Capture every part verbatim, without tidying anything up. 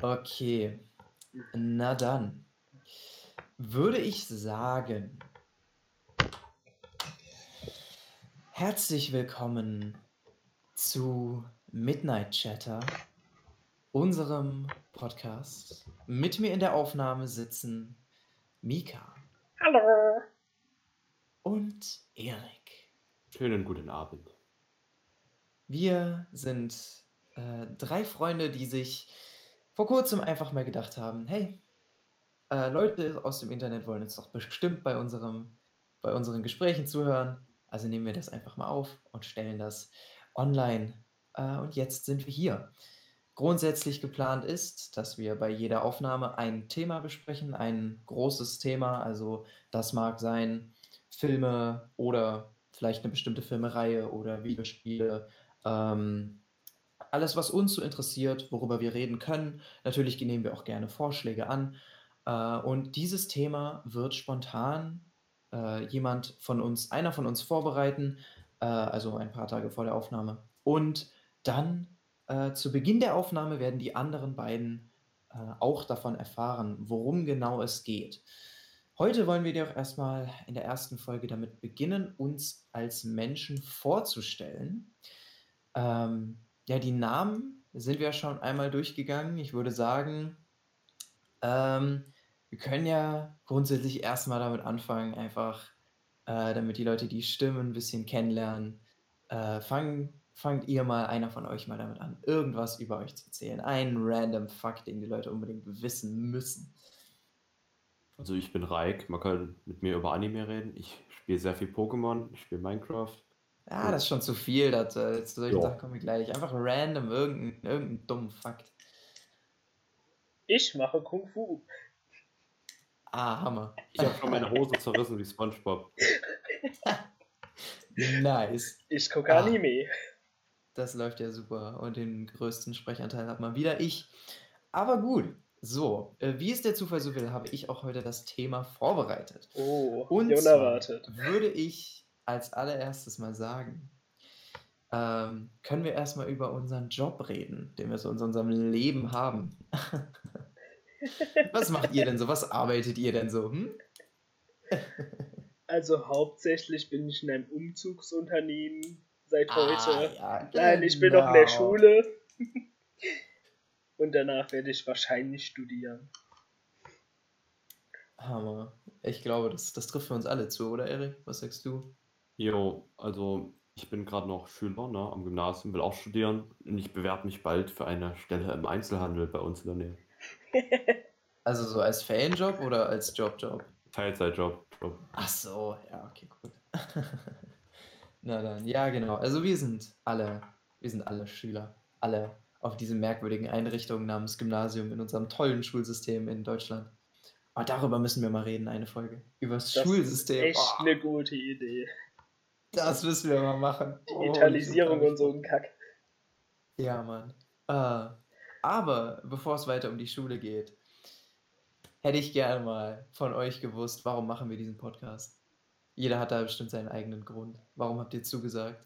Okay, na dann würde ich sagen, herzlich willkommen zu Midnight Chatter, unserem Podcast. Mit mir in der Aufnahme sitzen Mika Hallo. und Erik. Schönen guten Abend. Wir sind äh, drei Freunde, die sich vor kurzem einfach mal gedacht haben, hey, äh, Leute aus dem Internet wollen uns doch bestimmt bei unserem, bei unseren Gesprächen zuhören. Also nehmen wir das einfach mal auf und stellen das online. Äh, und jetzt sind wir hier. Grundsätzlich geplant ist, dass wir bei jeder Aufnahme ein Thema besprechen, ein großes Thema. Also das mag sein Filme oder vielleicht eine bestimmte Filmereihe oder Videospiele. Ähm, alles, was uns so interessiert, worüber wir reden können. Natürlich nehmen wir auch gerne Vorschläge an. Äh, und dieses Thema wird spontan äh, jemand von uns, einer von uns vorbereiten, äh, also ein paar Tage vor der Aufnahme. Und dann äh, zu Beginn der Aufnahme werden die anderen beiden äh, auch davon erfahren, worum genau es geht. Heute wollen wir dir auch erstmal in der ersten Folge damit beginnen, uns als Menschen vorzustellen. Ähm, ja, die Namen sind wir schon einmal durchgegangen. Ich würde sagen, ähm, wir können ja grundsätzlich erstmal damit anfangen, einfach, äh, damit die Leute die Stimmen ein bisschen kennenlernen. Äh, fang, fangt ihr mal, einer von euch mal damit an, irgendwas über euch zu erzählen. Einen random Fakt, den die Leute unbedingt wissen müssen. Also ich bin Raik, man kann mit mir über Anime reden. Ich spiele sehr viel Pokémon, ich spiele Minecraft. Ja, das ist schon zu viel. Das, äh, zu solchen Ja. Sachen kommen wir gleich. Einfach random, irgendein, irgendein dummen Fakt. Ich mache Kung Fu. Ah, Hammer. Ich habe schon meine Hose zerrissen wie SpongeBob. Nice. Ich gucke Ah. Anime. Das läuft ja super. Und den größten Sprechanteil hat mal wieder ich. Aber gut. So, äh, wie es der Zufall so will, habe ich auch heute das Thema vorbereitet. Oh, Und wie zwar unerwartet. würde ich als allererstes mal sagen, ähm, können wir erstmal über unseren Job reden, den wir so in unserem Leben haben. Was macht ihr denn so? Was arbeitet ihr denn so? Hm? Also hauptsächlich bin ich in einem Umzugsunternehmen seit Ah, heute. ja, Nein, ich bin noch in der genau. Schule. Und danach werde ich wahrscheinlich studieren. Hammer. Ich glaube, das, das trifft für uns alle zu, oder Erik? Was sagst du? Jo, also ich bin gerade noch Schüler, ne, am Gymnasium, will auch studieren und ich bewerbe mich bald für eine Stelle im Einzelhandel bei uns in der Nähe. Also so als Fanjob oder als Jobjob? Teilzeitjob. Job. Ach so, ja, okay, gut. Na dann, ja, genau. Also wir sind alle, wir sind alle Schüler, alle auf diese merkwürdigen Einrichtungen namens Gymnasium in unserem tollen Schulsystem in Deutschland. Aber darüber müssen wir mal reden, eine Folge. Über das Das Schulsystem. ist echt Oh, eine gute Idee. das müssen wir mal machen. Digitalisierung Oh, ich und so ein Kack. Ja, Mann. Äh, aber bevor es weiter um die Schule geht, hätte ich gerne mal von euch gewusst, warum machen wir diesen Podcast? Jeder hat da bestimmt seinen eigenen Grund. Warum habt ihr zugesagt?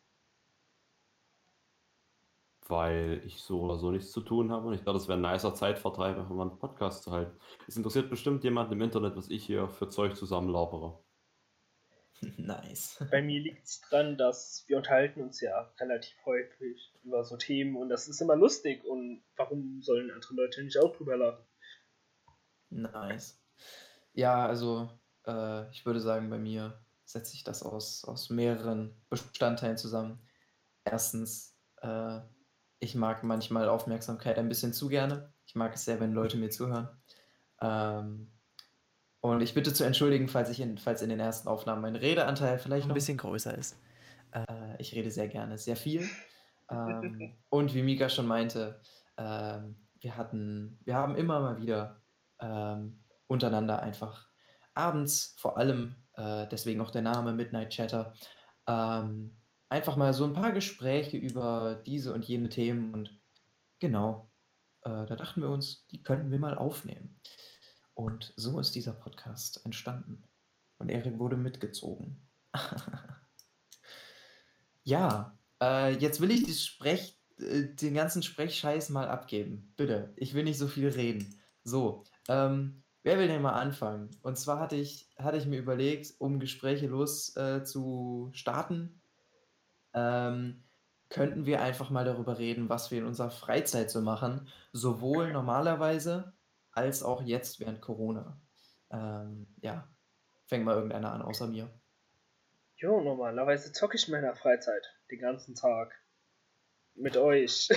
Weil ich so oder so nichts zu tun habe und ich dachte, das wäre ein nicer Zeitvertreib, einfach mal einen Podcast zu halten. Es interessiert bestimmt jemanden im Internet, was ich hier für Zeug zusammenlabere. Nice. Bei mir liegt es dran, dass wir unterhalten uns ja relativ häufig über so Themen und das ist immer lustig und warum sollen andere Leute nicht auch drüber lachen? Nice. Ja, also äh, ich würde sagen, bei mir setzt sich das aus, aus mehreren Bestandteilen zusammen. Erstens, äh, ich mag manchmal Aufmerksamkeit ein bisschen zu gerne. Ich mag es sehr, wenn Leute mir zuhören. Ähm, und ich bitte zu entschuldigen, falls, ich in, falls in den ersten Aufnahmen mein Redeanteil vielleicht noch ein bisschen größer ist. Äh, ich rede sehr gerne, sehr viel. Ähm, und wie Mika schon meinte, ähm, wir hatten, wir haben immer mal wieder ähm, untereinander einfach abends, vor allem, äh, deswegen auch der Name Midnight Chatter, ähm, einfach mal so ein paar Gespräche über diese und jene Themen und genau, äh, da dachten wir uns, die könnten wir mal aufnehmen. Und so ist dieser Podcast entstanden. Und Erik wurde mitgezogen. Ja, äh, jetzt will ich das Sprech äh, den ganzen Sprechscheiß mal abgeben. Bitte. Ich will nicht so viel reden. So, ähm, wer will denn mal anfangen? Und zwar hatte ich, hatte ich mir überlegt, um Gespräche los äh, zu starten, ähm, könnten wir einfach mal darüber reden, was wir in unserer Freizeit so machen, sowohl normalerweise als auch jetzt während Corona. Ähm, ja, fängt mal irgendeiner an, außer mir. Jo, normalerweise zocke ich in meiner Freizeit den ganzen Tag. Mit euch.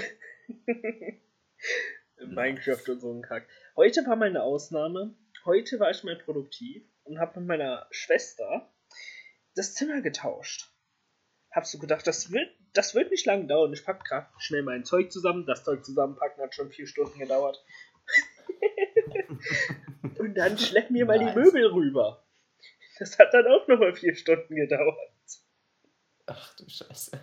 Minecraft Nice. und so ein Kack. Heute war mal eine Ausnahme. Heute war ich mal produktiv und habe mit meiner Schwester das Zimmer getauscht. Hab so gedacht, das wird, das wird nicht lange dauern. Ich pack grad schnell mein Zeug zusammen. Das Zeug zusammenpacken hat schon vier Stunden gedauert. Und dann schlepp mir mal die Nice. Möbel rüber. Das hat dann auch nochmal vier Stunden gedauert. Ach du Scheiße.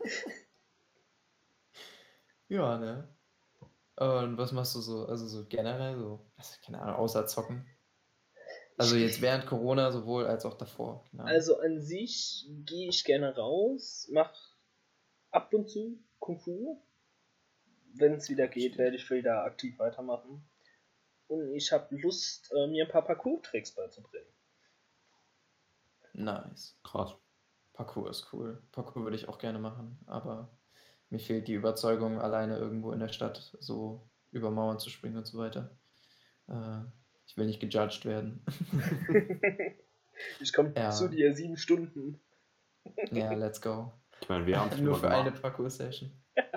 Ja, ne? Und was machst du so, also so generell so, also keine Ahnung, außer zocken? Also jetzt während Corona sowohl als auch davor. Keine Ahnung. Also an sich gehe ich gerne raus, mach ab und zu Kung Fu. Wenn es wieder geht, Stimmt. werde ich wieder aktiv weitermachen. Und ich habe Lust, äh, mir ein paar Parkour-Tricks beizubringen. Nice. Krass. Parkour ist cool. Parkour würde ich auch gerne machen, aber mir fehlt die Überzeugung, alleine irgendwo in der Stadt so über Mauern zu springen und so weiter. Äh, ich will nicht gejudged werden. Ich komme Ja. zu dir sieben Stunden. Ja, let's go. Ich meine, wir haben es Nur immer für eine gemacht. Parkour-Session.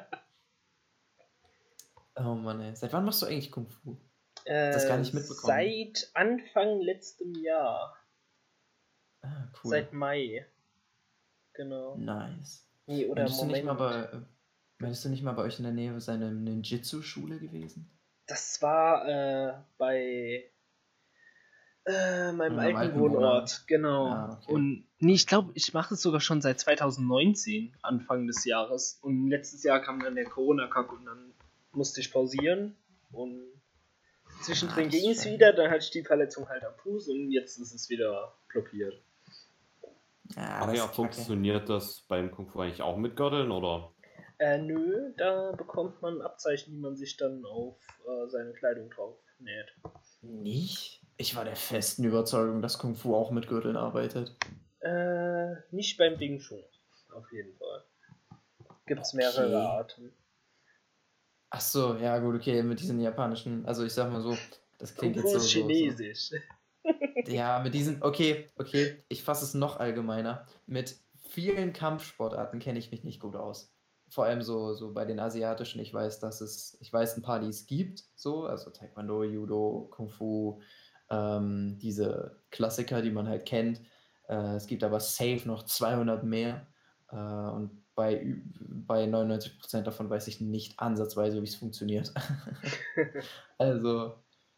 Oh Mann, ey. Seit wann machst du eigentlich Kung Fu? Äh, das gar nicht mitbekommen. Seit Anfang letztem Jahr. Ah, cool. Seit Mai. Genau. Nice. Nee, oder Meinst du nicht mal Moment. bei, äh, meinst du nicht mal bei euch in der Nähe seine Ninjitsu-Schule gewesen? Das war äh, bei äh, meinem An alten einem alten Wohnort. Wohnort. Genau. Ah, okay. Und nee, ich glaube, ich mache es sogar schon seit zwanzig neunzehn, Anfang des Jahres. Und letztes Jahr kam dann der Corona-Kack und dann musste ich pausieren. Und zwischendrin Ah, ging es scheiße. wieder, dann hatte ich die Verletzung halt am Fuß und jetzt ist es wieder blockiert. Ja, Ach das ja, ist kacke. funktioniert das beim Kung Fu eigentlich auch mit Gürteln, oder? Äh, nö, da bekommt man Abzeichen, die man sich dann auf äh, seine Kleidung drauf näht. Nicht? Ich war der festen Überzeugung, dass Kung Fu auch mit Gürteln arbeitet. Äh, nicht beim Wing Chun, auf jeden Fall. Gibt's mehrere Okay. Arten. Ach so, ja gut, okay, mit diesen japanischen, also ich sag mal so, das Kung klingt Fu jetzt so, ist so, so. chinesisch. Ja, mit diesen, okay, okay, ich fasse es noch allgemeiner. Mit vielen Kampfsportarten kenne ich mich nicht gut aus. Vor allem so, so bei den asiatischen, ich weiß, dass es, ich weiß ein paar, die es gibt, so, also Taekwondo, Judo, Kung Fu, ähm, diese Klassiker, die man halt kennt. Äh, es gibt aber safe noch zweihundert mehr. Äh, und bei, ü- bei neunundneunzig Prozent davon weiß ich nicht ansatzweise, wie es funktioniert. Also,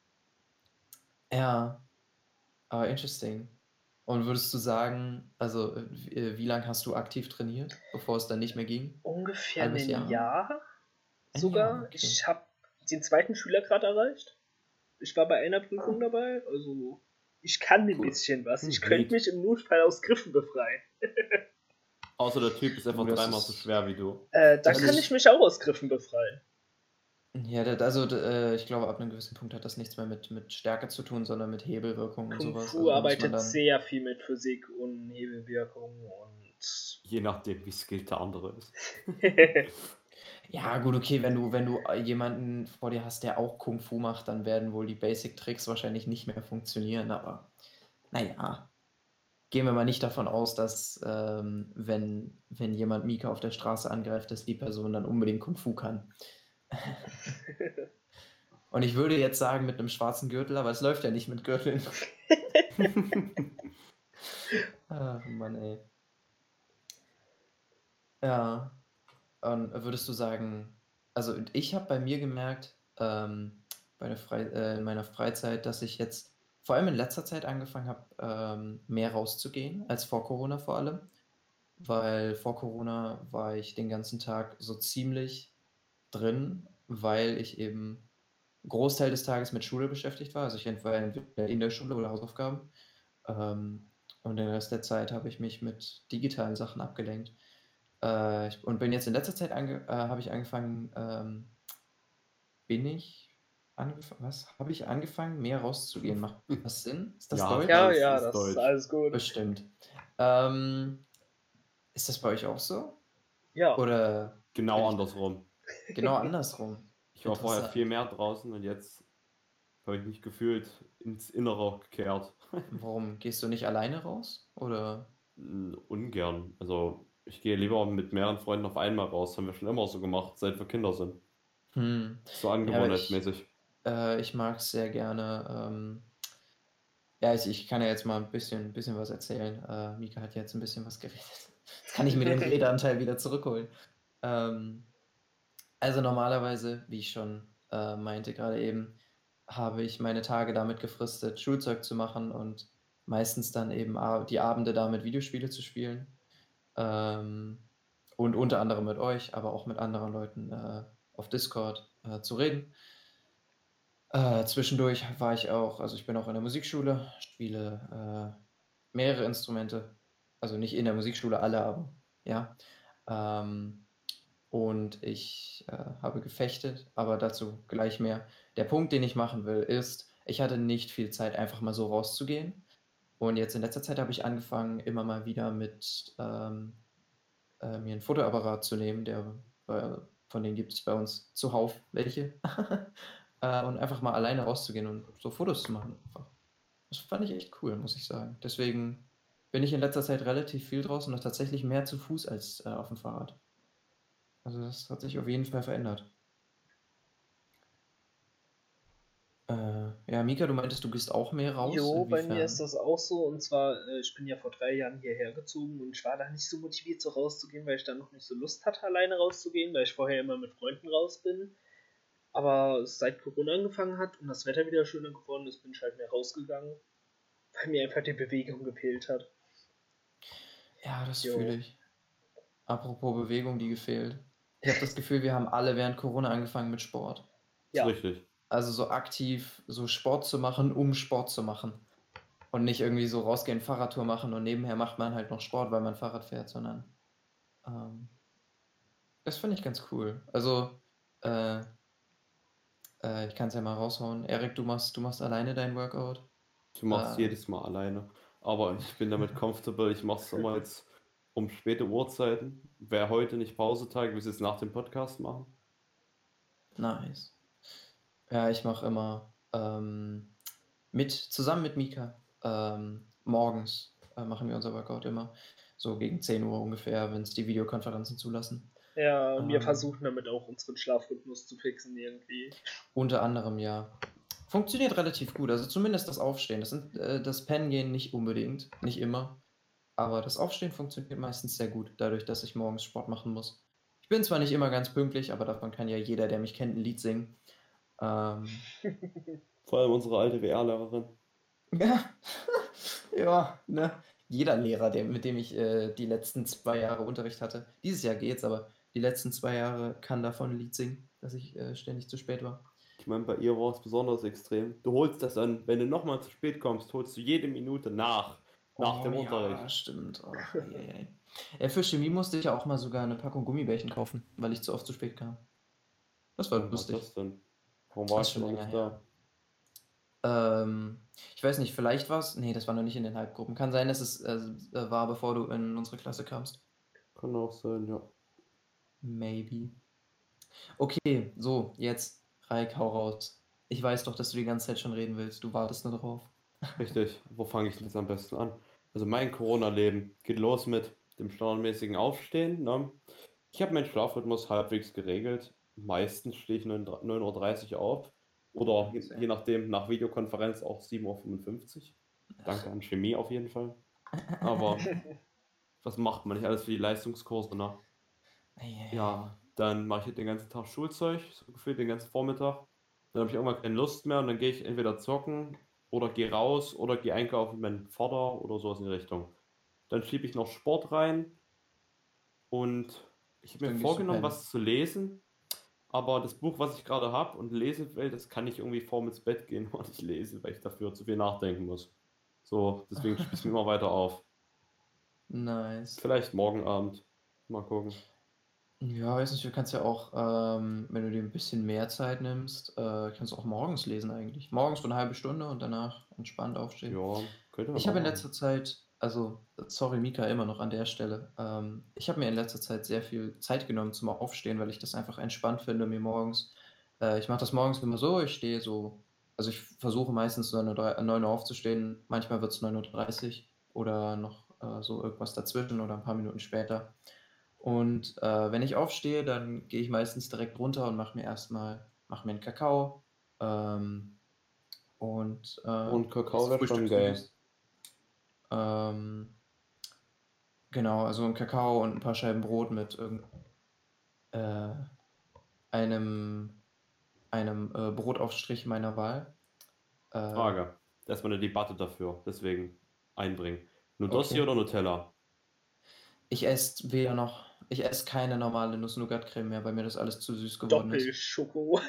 ja, aber interesting. Und würdest du sagen, also äh, wie, äh, wie lange hast du aktiv trainiert, bevor es dann nicht mehr ging? Ungefähr Halbes ein Jahr? Jahr Ein sogar. Jahr, okay. Ich habe den zweiten Schülergrad erreicht. Ich war bei einer Prüfung dabei, also ich kann ein Cool. bisschen was. Hm, Ich könnte neat. mich im Notfall aus Griffen befreien. Außer der Typ ist einfach das dreimal ist- so schwer wie du. Äh, dann Das kann ist- ich mich auch aus Griffen befreien. Ja, das, also d- äh, ich glaube, ab einem gewissen Punkt hat das nichts mehr mit, mit Stärke zu tun, sondern mit Hebelwirkung und Kung sowas. Fu Also da muss man arbeitet dann, sehr viel mit Physik und Hebelwirkung und Je nachdem, wie skilled der andere ist. ja gut, okay, wenn du, wenn du äh, jemanden vor dir hast, der auch Kung Fu macht, dann werden wohl die Basic-Tricks wahrscheinlich nicht mehr funktionieren, aber naja. Gehen wir mal nicht davon aus, dass ähm, wenn, wenn jemand Mika auf der Straße angreift, dass die Person dann unbedingt Kung Fu kann. Und ich würde jetzt sagen mit einem schwarzen Gürtel, aber es läuft ja nicht mit Gürteln. Ach Mann, ey. Ja. Und würdest du sagen, also ich habe bei mir gemerkt, ähm, bei der Frei äh, in meiner Freizeit, dass ich jetzt vor allem in letzter Zeit angefangen habe, ähm, mehr rauszugehen, als vor Corona vor allem. Weil vor Corona war ich den ganzen Tag so ziemlich drin, weil ich eben einen Großteil des Tages mit Schule beschäftigt war. Also ich war entweder in der Schule oder Hausaufgaben. Ähm, und den Rest der Zeit habe ich mich mit digitalen Sachen abgelenkt. Äh, ich und bin jetzt in letzter Zeit ange äh, habe ich angefangen, ähm bin ich angef was? Habe ich angefangen, mehr rauszugehen? Macht das Sinn? Ist das Ja, Ja, Deutsch? das ja, ist das ist Deutsch. alles gut. Bestimmt. Ähm, ist das bei euch auch so? Ja. Oder Genau rede ich da andersrum. genau andersrum? Ich war vorher viel Interessant. mehr draußen und jetzt habe ich mich gefühlt ins Innere gekehrt. Warum gehst du nicht alleine raus? Oder Hm, ungern. Also, ich gehe lieber mit mehreren Freunden auf einmal raus. Haben wir schon immer so gemacht, seit wir Kinder sind. hm, So ja, aber ich angewohnheitsmäßig. äh, ich mag's sehr gerne, ähm ja, ich ich kann ja jetzt mal 'n bisschen bisschen was erzählen. Äh, Mika hat jetzt 'n bisschen was geredet. Jetzt kann ich mir den Redeanteil wieder zurückholen. Ähm, also normalerweise, wie ich schon, äh, meinte grade eben, habe ich meine Tage damit gefristet, Schulzeug zu machen und meistens dann eben a die Abende damit Videospiele zu spielen. Ähm, und unter anderem mit euch, aber auch mit anderen Leuten, äh, auf Discord, äh, zu reden. Äh, zwischendurch war ich auch also ich bin auch in der Musikschule, spiele, äh, mehrere Instrumente. Also nicht in der Musikschule alle, aber ja. Ähm, und ich, äh, habe gefechtet, aber dazu gleich mehr. Der Punkt, den ich machen will, ist, ich hatte nicht viel Zeit, einfach mal so rauszugehen. Und jetzt in letzter Zeit habe ich angefangen, immer mal wieder mit, ähm, äh, mir 'n Fotoapparat zu nehmen, der äh, von denen gibt es bei uns zuhauf welche. Äh, und einfach mal alleine rauszugehen und so Fotos zu machen einfach. Das fand ich echt cool, muss ich sagen. Deswegen bin ich in letzter Zeit relativ viel draußen und tatsächlich mehr zu Fuß als, äh, auf'm Fahrrad. Also, das hat sich auf jeden Fall verändert. Äh, ja, Mika, du meintest, du gehst auch mehr raus. Jo, bei mir ist Inwiefern? das auch so. Und zwar, äh, ich bin ja vor drei Jahren hierher gezogen und ich war da nicht so motiviert, so rauszugehen, weil ich da noch nicht so Lust hatte, alleine rauszugehen, weil ich vorher immer mit Freunden raus bin. Aber seit Corona angefangen hat und das Wetter wieder schöner geworden ist, bin ich halt mehr rausgegangen, weil mir einfach die Bewegung gefehlt hat. Ja, das fühle Jo. ich. Apropos Bewegung, die gefehlt. Ich habe das Gefühl, wir haben alle während Corona angefangen mit Sport. Ist Ja. richtig. Also, so aktiv so Sport zu machen, um Sport zu machen. Und nicht irgendwie so rausgehen, Fahrradtour machen und nebenher macht man halt noch Sport, weil man Fahrrad fährt, sondern, ähm das finde ich ganz cool. Also, äh äh, ich kann's ja mal raushauen. Erik, du machst du machst alleine dein Workout? Ich mache es Äh jedes Mal alleine, aber ich bin damit comfortable. Ich mache es immer jetzt um späte Uhrzeiten. Wäre heute nicht Pausetag, würde ich's jetzt nach dem Podcast machen. Nice. Ja, ich mache immer, ähm, mit zusammen mit Mika, ähm, morgens, äh, machen wir unser Workout immer, so gegen zehn Uhr ungefähr, wenn's die Videokonferenzen zulassen. Ja, wir Ähm versuchen damit auch unseren Schlafrhythmus zu fixen irgendwie. Unter anderem, ja. Funktioniert relativ gut, also zumindest das Aufstehen. Das sind äh, das Pennen gehen nicht unbedingt, nicht immer, aber das Aufstehen funktioniert meistens sehr gut, dadurch, dass ich morgens Sport machen muss. Ich bin zwar nicht immer ganz pünktlich, aber davon kann ja jeder, der mich kennt, 'n Lied singen. Ähm Vor allem unsere alte W R-Lehrerin. Ja. Ja, ne? Jeder Lehrer, der mit dem ich, äh, die letzten zwei Jahre Unterricht hatte dieses Jahr geht's, aber die letzten zwei Jahre kann davon 'n Lied singen, dass ich, äh, ständig zu spät war. Ich meine, bei ihr war es besonders extrem. Du holst das dann wenn du noch mal zu spät kommst, holst du jede Minute nach, nach Oh dem ja, Unterricht. stimmt. Ach, ei, ei, ei. Ja, für Chemie musste ich ja auch mal sogar 'ne Packung Gummibärchen kaufen, weil ich zu oft zu spät kam. Das war Wann war das lustig. denn? Warum war Das ich ist da schon noch länger nicht her. da? Ähm, ich weiß nicht, vielleicht war's ne, das war noch nicht in den Halbgruppen. Kann sein, dass es, äh, s äh, war, bevor du in unsere Klasse kamst. Kann auch sein, ja. Maybe. Okay, so, jetzt, Raik, hau raus. Ich weiß doch, dass du die ganze Zeit schon reden willst. Du wartest nur drauf. Richtig. Wo fange ich denn jetzt am besten an? Also, mein Corona-Leben geht los mit dem standardmäßigen Aufstehen, ne? Ich habe meinen Schlafrhythmus halbwegs geregelt. Meistens stehe ich neun dr neun Uhr dreißig auf oder je je Sehr. nachdem nach Videokonferenz auch sieben Uhr fünfundfünfzig. Danke an Chemie auf jeden Fall. Aber was macht man nicht alles für die Leistungskurse, ne? Ei, ei, ei. Ja, dann mache ich halt den ganzen Tag Schulzeug, so gefühlt den ganzen Vormittag. Dann habe ich irgendwann keine Lust mehr und dann gehe ich entweder zocken oder gehe raus oder gehe einkaufen mit meinem Vater oder so was in die Richtung. Dann schiebe ich noch Sport rein und ich habe mir Dann gehst du vorgenommen, pennen. was zu lesen, aber das Buch, was ich gerade habe und lesen will, das kann ich irgendwie vorm ins Bett gehen und nicht lesen, weil ich dafür zu viel nachdenken muss. So, deswegen schiebe ich's mir immer weiter auf. Nice. Vielleicht morgen Abend. Mal gucken. Ja, weiß nicht, du kannst ja auch, ähm, wenn du dir ein bisschen mehr Zeit nimmst, äh, kannst du auch morgens lesen eigentlich. Morgens für 'ne halbe Stunde und danach entspannt aufstehen. Ja, könnte man Ich auch habe in machen. letzter Zeit also, sorry Mika, immer noch an der Stelle. Ähm, ich habe mir in letzter Zeit sehr viel Zeit genommen zum Aufstehen, weil ich das einfach entspannt finde, mir morgens äh, ich mache das morgens immer so, ich stehe so also, ich versuche meistens neun Uhr drei neun Uhr aufzustehen, manchmal wird's neun Uhr dreißig oder noch, äh, so irgendwas dazwischen oder 'n paar Minuten später. Und, äh, wenn ich aufstehe, dann gehe ich meistens direkt runter und mache mir erst mal mache mir 'n Kakao, ähm, und, äh, Und Kakao esse wäre schon Frühstück geil. süß. Ähm, genau, also 'n Kakao und 'n paar Scheiben Brot mit irgend äh, einem einem, äh, Brotaufstrich meiner Wahl. Äh, Frage. Erstmal eine Debatte dafür, deswegen einbringen. Nudossi okay. oder Nutella? Ich esse weder noch ich esse keine normale Nuss-Nougat-Creme mehr, weil mir das alles zu süß geworden ist. Doppelschoko.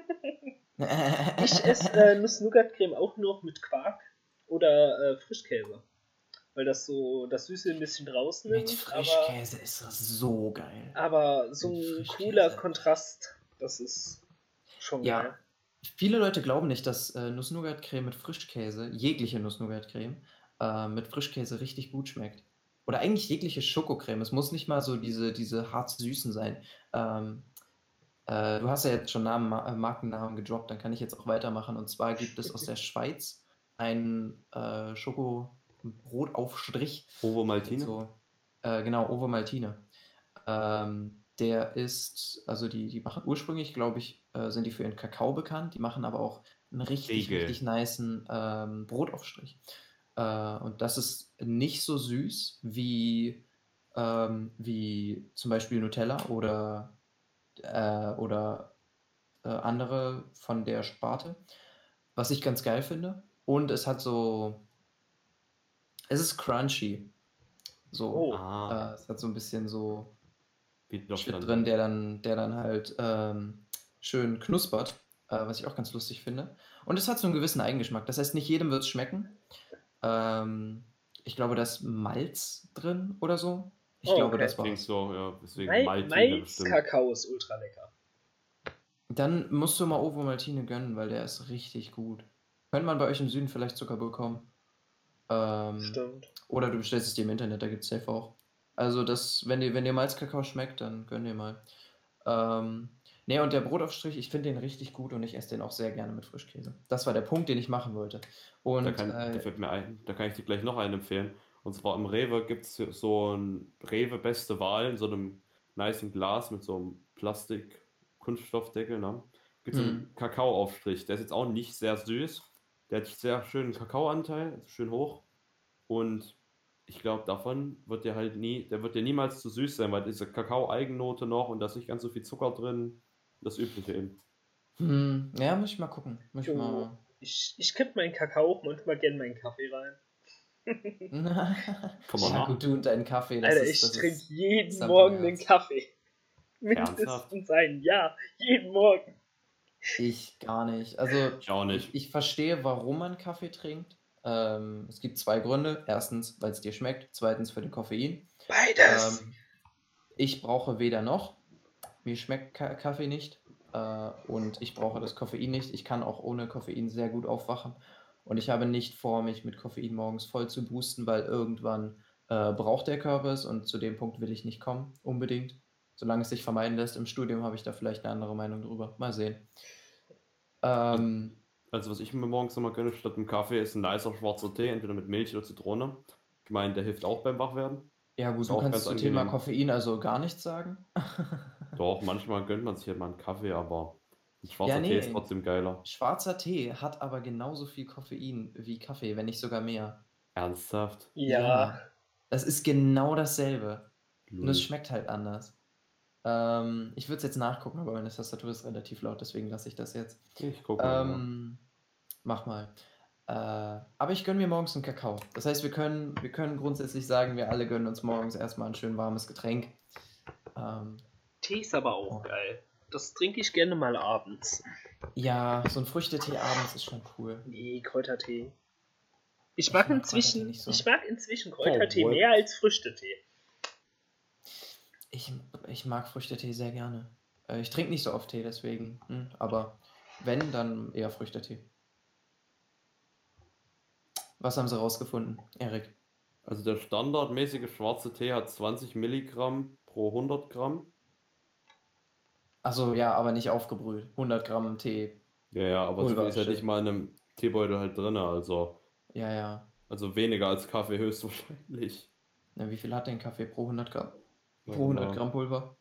Ich esse äh, Nuss-Nougat-Creme auch nur mit Quark oder äh, Frischkäse. Weil das so das Süße ein bisschen Mit rausnimmt, aber, Frischkäse ist das so geil. aber so Mit ein cooler Frischkäse. Kontrast, das ist schon geil. Ja, viele Leute glauben nicht, dass, äh, Nuss-Nougat-Creme mit Frischkäse jegliche Nuss-Nougat-Creme, äh, mit Frischkäse richtig gut schmeckt. Oder eigentlich jegliche Schokocreme. Es muss nicht mal so diese diese hart süßen sein. Ähm, äh, du hast ja jetzt schon Namen Ma äh, Markennamen gedroppt, dann kann ich jetzt auch weitermachen. Und zwar gibt es aus der Schweiz einen, äh, Schoko-Brotaufstrich Ovo mit Maltine? so äh, genau, Ovomaltine. Ähm, der ist also die die machen ursprünglich, glaube ich, äh, sind die für ihren Kakao bekannt, die machen aber auch 'n richtig, Riegel. richtig nicen, ähm, Brotaufstrich. Äh, und das ist nicht so süß wie, ähm wie zum Beispiel Nutella oder, äh oder, äh, andere von der Sparte, was ich ganz geil finde. Und es hat so es ist crunchy, so. Oh, Ah, Äh, es hat so 'n bisschen so Shit Widerstand. drin, der dann der dann halt, ähm, schön knuspert, äh, was ich auch ganz lustig finde. Und es hat so 'n gewissen Eigengeschmack. Das heißt, nicht jedem wird's schmecken. Ähm, ich glaube, da ist Malz drin oder so. Ich oh glaube, okay. das Klingt war's. so, ja, deswegen Mal Maltine bestimmt. Malzkakao ist ultra lecker. Dann musst du mal Ovomaltine gönnen, weil der ist richtig gut. Könnte man bei euch im Süden vielleicht sogar bekommen. Ähm, Stimmt. oder du bestellst es dir im Internet, da gibt's safe auch. Also das wenn dir wenn dir Malzkakao schmeckt, dann gönn dir mal. Ähm, ne, und der Brotaufstrich, ich finde den richtig gut und ich esse den auch sehr gerne mit Frischkäse. Das war der Punkt, den ich machen wollte. Da Und, kann, da äh fällt mir ein, da kann ich dir gleich noch einen empfehlen. Und zwar im Rewe gibt es so ein Rewe Beste Wahl in so einem nicen Glas mit so einem Plastik-Kunststoffdeckel, ne? Gibt so mhm, einen Kakaoaufstrich. Der ist jetzt auch nicht sehr süß. Der hat sehr schönen Kakaoanteil, also schön hoch. Und ich glaube, davon wird der halt nie, der wird dir niemals zu süß sein, weil diese Kakao-Eigennote noch und da ist nicht ganz so viel Zucker drin. Das Übliche eben. mhm, ja, muss ich mal gucken. Muss ich Jo, mal ich, ich kipp meinen Kakao auch manchmal gerne meinen Kaffee rein. Kann man Ja gut, machen. du und deinen Kaffee, das Alter, ist ich das trinke ist jeden something Morgen einen else. Kaffee. Ernsthaft? Mindestens einen, ja, jeden Morgen. Ich gar nicht. Also, Ich auch ich nicht. ich verstehe, warum man Kaffee trinkt. Ähm, es gibt zwei Gründe. Erstens, weil's dir schmeckt, zweitens für den Koffein. Beides! Ähm, ich brauche weder noch. Mir schmeckt Ka Kaffee nicht, äh, und ich brauche das Koffein nicht. Ich kann auch ohne Koffein sehr gut aufwachen und ich habe nicht vor, mich mit Koffein morgens voll zu boosten, weil irgendwann, äh, braucht der Körper es und zu dem Punkt will ich nicht kommen, unbedingt. Solange es sich vermeiden lässt. Im Studium habe ich da vielleicht 'ne andere Meinung drüber. Mal sehen. Also, Ähm, also was ich mir morgens immer gönne statt dem Kaffee ist ein nicer schwarzer Tee, entweder mit Milch oder Zitrone. Ich meine, der hilft auch beim Wachwerden. ja gut, Ist du auch kannst ganz zum Thema angenehm. Koffein also gar nichts sagen? Doch, manchmal gönnt man sich halt mal einen Kaffee, aber ein Ja, schwarzer Tee ist ne, trotzdem geiler. schwarzer Tee hat aber genauso viel Koffein wie Kaffee, wenn nicht sogar mehr. Ernsthaft? Ja, Ja, das ist genau dasselbe. Nur es Lul. schmeckt halt anders. Ähm, ich würde es jetzt nachgucken, aber meine Tastatur ist relativ laut, deswegen lasse ich das jetzt. Ich guck mal nach. Ähm, mach mal. Äh, aber ich gönne mir morgens 'n Kakao. Das heißt, wir können wir können grundsätzlich sagen, wir alle gönnen uns morgens erst mal 'n schön warmes Getränk. Ähm, Tee ist aber auch oh. geil. Das trinke ich gerne mal abends. Ja, so 'n Früchtetee abends ist schon cool. Nee, Kräutertee. Ich Ich mag mag Kräutertee inzwischen, nicht so. ich mag inzwischen Oh, Kräutertee what? mehr als Früchtetee. Ich, ich mag Früchtetee sehr gerne. Äh, ich trinke nicht so oft Tee, deswegen. Hm, aber wenn, dann eher Früchtetee. Was haben sie rausgefunden, Erik? Also der standardmäßige schwarze Tee hat zwanzig Milligramm pro hundert Gramm. Achso, ja, aber nicht aufgebrüht. hundert Gramm Tee. Ja, ja, aber so viel Pulver, ist ja nicht stimmt. mal in einem Teebeutel halt drin, also, Ja, ja. also weniger als Kaffee höchstwahrscheinlich. Na, wie viel hat denn Kaffee pro hundert Gramm? Pro Warte hundert mal. Gramm Pulver?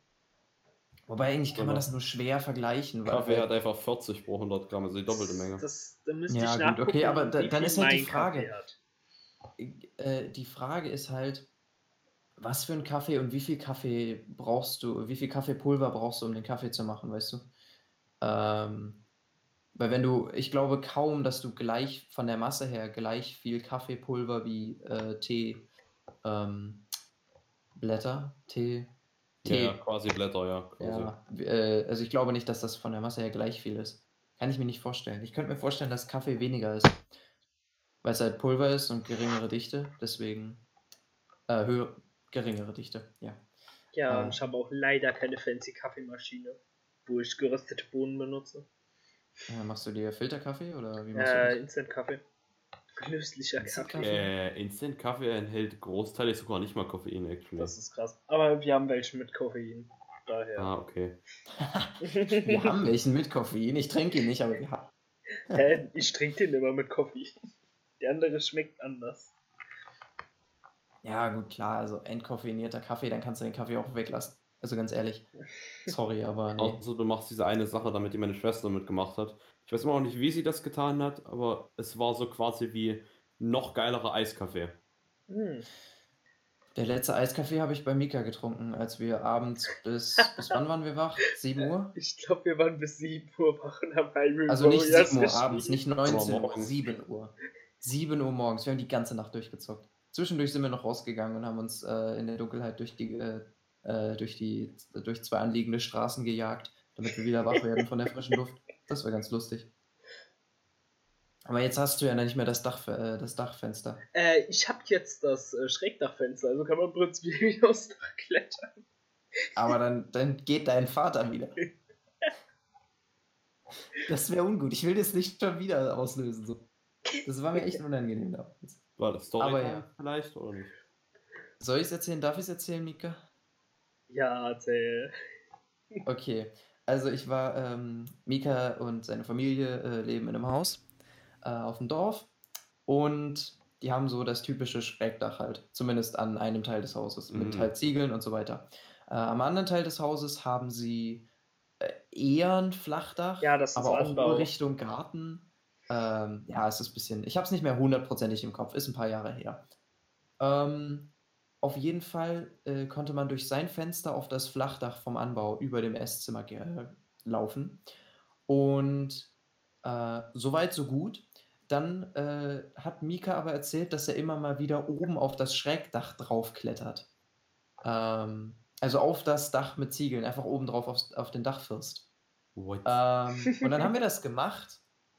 Wobei eigentlich kann man Warte das nur schwer vergleichen, weil Kaffee hat halt. einfach vierzig pro hundert Gramm, also die doppelte Menge. Das, da müsste Ja, ich gut, okay, aber nachgucken, da, wie dann viel ist halt die mein Kaffee Frage. hat. Äh, die Frage ist halt, was für ein Kaffee und wie viel Kaffee brauchst du, wie viel Kaffeepulver brauchst du, um den Kaffee zu machen, weißt du? Ähm, weil wenn du, ich glaube kaum, dass du gleich von der Masse her gleich viel Kaffeepulver wie äh, Tee, ähm, Blätter, Tee, Ja, ja, Tee, quasi Blätter, ja, quasi. ja, äh, also ich glaube nicht, dass das von der Masse her gleich viel ist. Kann ich mir nicht vorstellen. Ich könnte mir vorstellen, dass Kaffee weniger ist, weil es halt Pulver ist und geringere Dichte, deswegen äh, höher, geringere Dichte, ja. Ja, Äh, und ich habe auch leider keine fancy Kaffeemaschine, wo ich geröstete Bohnen benutze. äh, machst du dir Filterkaffee oder wie machst du Äh, das? Instant-Kaffee. Genüsslicher Instant Kaffee. Kaffee? Äh, Instant Kaffee enthält großteilig sogar nicht mal Koffein, actually. Das ist krass. Aber wir haben welche mit Koffein. Daher. Ah, okay. Wir haben welchen mit Koffein. Ich trinke ihn nicht, aber wir haben. Hä? Ich trinke den immer mit Koffein. Der andere schmeckt anders. Ja, gut, klar, also entkoffeinierter Kaffee, dann kannst du den Kaffee auch weglassen. Also ganz ehrlich. Sorry, aber nee. Also du machst diese eine Sache, damit die meine Schwester mitgemacht hat. Ich weiß immer noch nicht, wie sie das getan hat, aber es war so quasi wie noch geilerer Eiskaffee. Hm. Der letzte Eiskaffee habe ich bei Mika getrunken, als wir abends bis. Bis wann waren wir wach? sieben Uhr? Ich glaube, wir waren bis sieben Uhr wach und haben Hyrule Also nicht Warriors sieben Uhr gespielt. abends, nicht neunzehn Uhr, morgens. sieben Uhr. sieben Uhr morgens. Wir haben die ganze Nacht durchgezockt. Zwischendurch sind wir noch rausgegangen und haben uns äh, in der Dunkelheit durch die, äh, äh, durch die durch zwei anliegende Straßen gejagt, damit wir wieder wach werden von der frischen Luft. Das war ganz lustig. Aber jetzt hast du ja nicht mehr das, Dach, äh, das Dachfenster. Äh, ich habe jetzt das äh, Schrägdachfenster, also kann man prinzipiell wieder aufs Dach klettern. Aber dann, dann geht dein Vater wieder. Das wäre ungut. Ich will das nicht schon wieder auslösen. So. Das war mir echt unangenehm damals. War das Aber Storytime ja. vielleicht oder nicht? Soll ich es erzählen? Darf ich es erzählen, Mika? Ja, erzähl. Okay, also ich war, ähm, Mika und seine Familie äh, leben in einem Haus äh, auf dem Dorf und die haben so das typische Schrägdach halt, zumindest an einem Teil des Hauses, mit Mhm. halt Ziegeln und so weiter. Äh, am anderen Teil des Hauses haben sie äh, eher ein Flachdach, Ja, das ist aber auch Anbau. nur Richtung Garten. Ähm, ja, es ist ein bisschen, ich habe es nicht mehr hundertprozentig im Kopf, ist ein paar Jahre her. Ähm, auf jeden Fall äh, konnte man durch sein Fenster auf das Flachdach vom Anbau über dem Esszimmer ge- äh, laufen. Und äh, soweit, so gut. Dann äh, hat Mika aber erzählt, dass er immer mal wieder oben auf das Schrägdach draufklettert. Ähm, also auf das Dach mit Ziegeln, einfach oben drauf aufs, auf den Dachfirst. What? Ähm, und dann haben wir das gemacht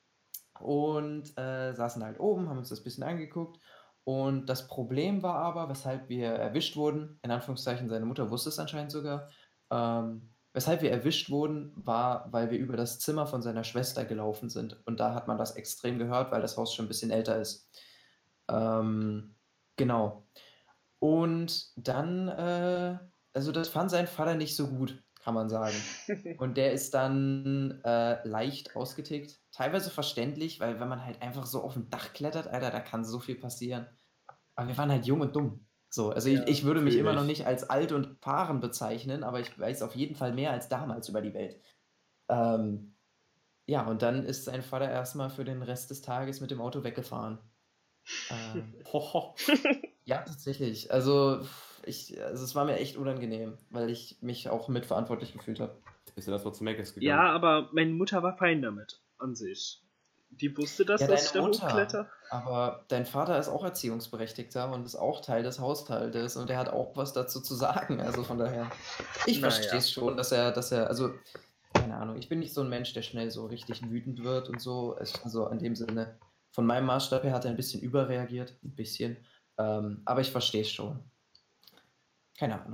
und äh, saßen halt oben, haben uns das ein bisschen angeguckt. Und das Problem war aber, weshalb wir erwischt wurden, in Anführungszeichen, seine Mutter wusste es anscheinend sogar, ähm, weshalb wir erwischt wurden, war, weil wir über das Zimmer von seiner Schwester gelaufen sind. Und da hat man das extrem gehört, weil das Haus schon ein bisschen älter ist. Ähm, genau. Und dann, äh, also das fand sein Vater nicht so gut, kann man sagen. Und der ist dann äh, leicht ausgetickt. Teilweise verständlich, weil wenn man halt einfach so auf dem Dach klettert, Alter, da kann so viel passieren. Aber wir waren halt jung und dumm. So, also Ja, ich, ich würde mich fühl immer ich. noch nicht als alt und erfahren bezeichnen, aber ich weiß auf jeden Fall mehr als damals über die Welt. Ähm, ja, und dann ist sein Vater erstmal für den Rest des Tages mit dem Auto weggefahren. Ähm, Hoho. ja, tatsächlich. Also, ich, also es war mir echt unangenehm, weil ich mich auch mitverantwortlich gefühlt habe. Bist du erstmal zu Meckes gegangen? Ja, aber meine Mutter war fein damit, an sich. Die wusste das, Ja, dass ich deine da Mutter. hochkletter. Aber dein Vater ist auch Erziehungsberechtigter und ist auch Teil des Haushaltes und er hat auch was dazu zu sagen. Also von daher, ich Naja. verstehe es schon, dass er, dass er, also, keine Ahnung, ich bin nicht so ein Mensch, der schnell so richtig wütend wird und so. Es- Also in dem Sinne, von meinem Maßstab her hat er ein bisschen überreagiert, ein bisschen. Ähm, aber ich verstehe es schon. Keine Ahnung.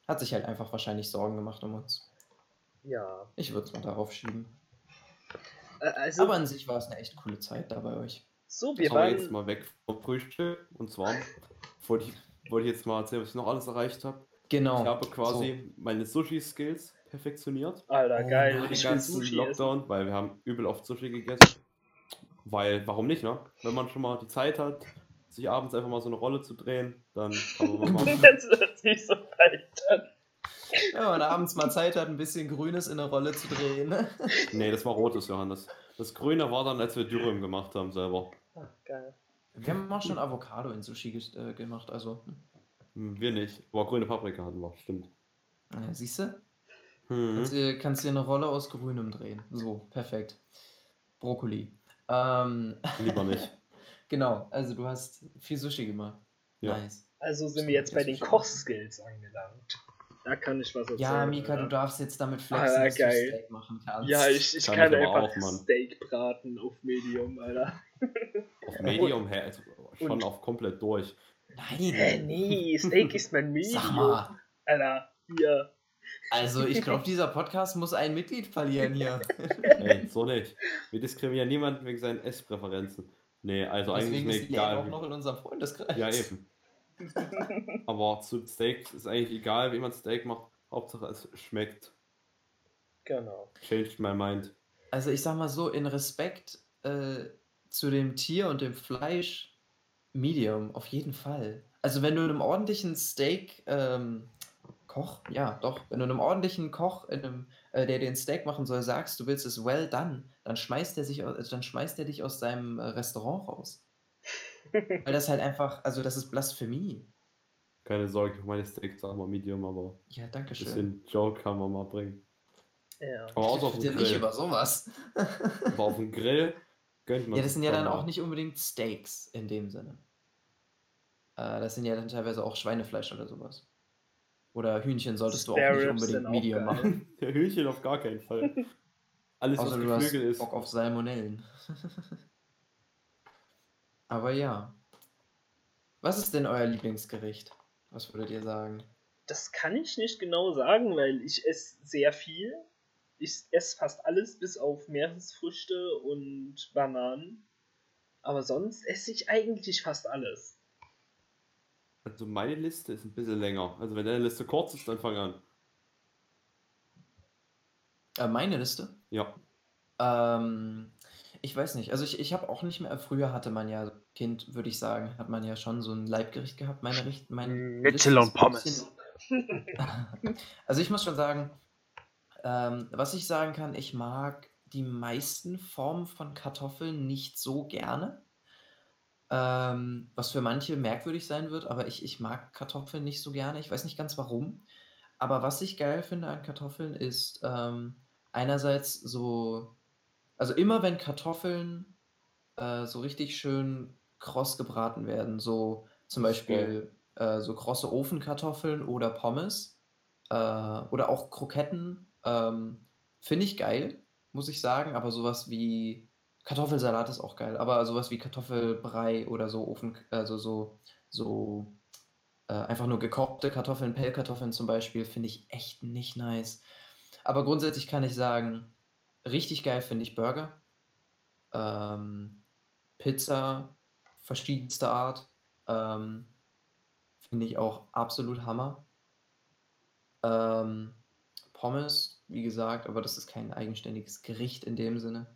Hat sich halt einfach wahrscheinlich Sorgen gemacht um uns. Ja. Ich würde es mal darauf schieben. Äh, Also, Aber an sich war es eine echt coole Zeit da bei euch. so, wir Aber jetzt waren. mal weg vom Frühstück. Und zwar wollte ich, wollte ich jetzt mal erzählen, was ich noch alles erreicht habe. Genau. Ich habe quasi meine Sushi-Skills perfektioniert. Alter, Oh geil. nein. Den Ich will ganzen Sushi essen. Lockdown, weil wir haben übel oft Sushi gegessen. Weil, warum nicht, ne? Wenn man schon mal die Zeit hat, sich abends einfach mal so eine Rolle zu drehen, dann kann man mal machen. Das hört sich so leicht an. Wenn man abends mal Zeit hat, ein bisschen Grünes in eine Rolle zu drehen. Nee, das war rotes, Johannes. Das Grüne war dann, als wir Dürüm gemacht haben selber. Ach, geil. Wir haben auch schon Avocado in Sushi ges- äh, gemacht, also. Hm, Wir nicht. Aber grüne Paprika hatten wir, stimmt. Äh, siehst du? Hm. Kannst dir, kannst dir eine Rolle aus Grünem drehen. So, perfekt. Brokkoli. Ähm, Lieber nicht. genau, also du hast viel Sushi gemacht. Ja. Nice. Also sind So, wir jetzt bei jetzt den Sushi Kochskills angelangt. Da kann ich was erzählen. Ja, Mika, Alter. du darfst jetzt damit flexen, Ah, dass geil. du Steak machen kannst. Ja, ich, ich Kann kann, ich aber einfach auch, Mann. Steak braten auf Medium, Alter. Auf Medium, hä? Also schon Und- auf komplett durch. Nein. Hä, nee, Steak ist mein Medium. Sag mal. Alter, hier. Also, ich glaube, dieser Podcast muss ein Mitglied verlieren hier. Ey, so nicht. Wir diskriminieren niemanden wegen seinen Esspräferenzen. Nee, also eigentlich Deswegen mir ist Jane auch egal. noch in unserem Freundeskreis. Ja, eben. Aber zu Steak ist eigentlich egal, wie man Steak macht. Hauptsache es schmeckt. Genau. Changed my mind. Also, ich sag mal so, in Respekt äh, zu dem Tier und dem Fleisch, Medium, auf jeden Fall. Also, wenn du einem ordentlichen Steak, ähm, Koch, ja, doch, wenn du einem ordentlichen Koch, in einem, äh, der den Steak machen soll, sagst, du willst es well done, dann schmeißt er sich, au- also dann schmeißt er dich aus seinem äh, Restaurant raus. Weil das halt einfach, also das ist Blasphemie. Keine Sorge, meine Steaks sagen wir Medium, aber Ja, ein danke schön. bisschen Joke kann man mal bringen. Ja. Aber außer auf Bitte dem nicht Grill. über sowas. Aber auf dem Grill gönnt man Ja, das sich sind ja dann mal. auch nicht unbedingt Steaks in dem Sinne. Äh, das sind ja dann teilweise auch Schweinefleisch oder sowas. Oder Hühnchen solltest du auch Spare nicht Ribs sind unbedingt auch Medium geil. machen. Der Hühnchen auf gar keinen Fall. Alles, was Außer du hast Geflügel ist. Bock auf Salmonellen. Aber ja. Was ist denn euer Lieblingsgericht? Was würdet ihr sagen? Das kann ich nicht genau sagen, weil ich esse sehr viel. Ich esse fast alles, bis auf Meeresfrüchte und Bananen. Aber sonst esse ich eigentlich fast alles. Also meine Liste ist ein bisschen länger. Also wenn deine Liste kurz ist, dann fang an. Äh, meine Liste? Ja. Ähm, ich weiß nicht. Also ich, ich habe auch nicht mehr. Früher hatte man ja, Kind, würde ich sagen, hat man ja schon so ein Leibgericht gehabt. Meine Richt, mein Liste Schnitzel ist und ein Pommes. bisschen- Also ich muss schon sagen, ähm, was ich sagen kann, ich mag die meisten Formen von Kartoffeln nicht so gerne. Ähm, was für manche merkwürdig sein wird, aber ich, ich mag Kartoffeln nicht so gerne. Ich weiß nicht ganz warum. Aber was ich geil finde an Kartoffeln ist ähm, einerseits so, also immer wenn Kartoffeln äh, so richtig schön kross gebraten werden, so zum Das ist Beispiel äh, so krosse Ofenkartoffeln oder Pommes äh, oder auch Kroketten, ähm, finde ich geil, muss ich sagen, aber sowas wie Kartoffelsalat ist auch geil, aber sowas wie Kartoffelbrei oder so Ofen, also so, so äh, einfach nur gekochte Kartoffeln, Pellkartoffeln zum Beispiel, finde ich echt nicht nice. Aber grundsätzlich kann ich sagen, richtig geil finde ich Burger. Ähm, Pizza verschiedenster Art. Ähm, finde ich auch absolut Hammer. Ähm, Pommes, wie gesagt, aber das ist kein eigenständiges Gericht in dem Sinne.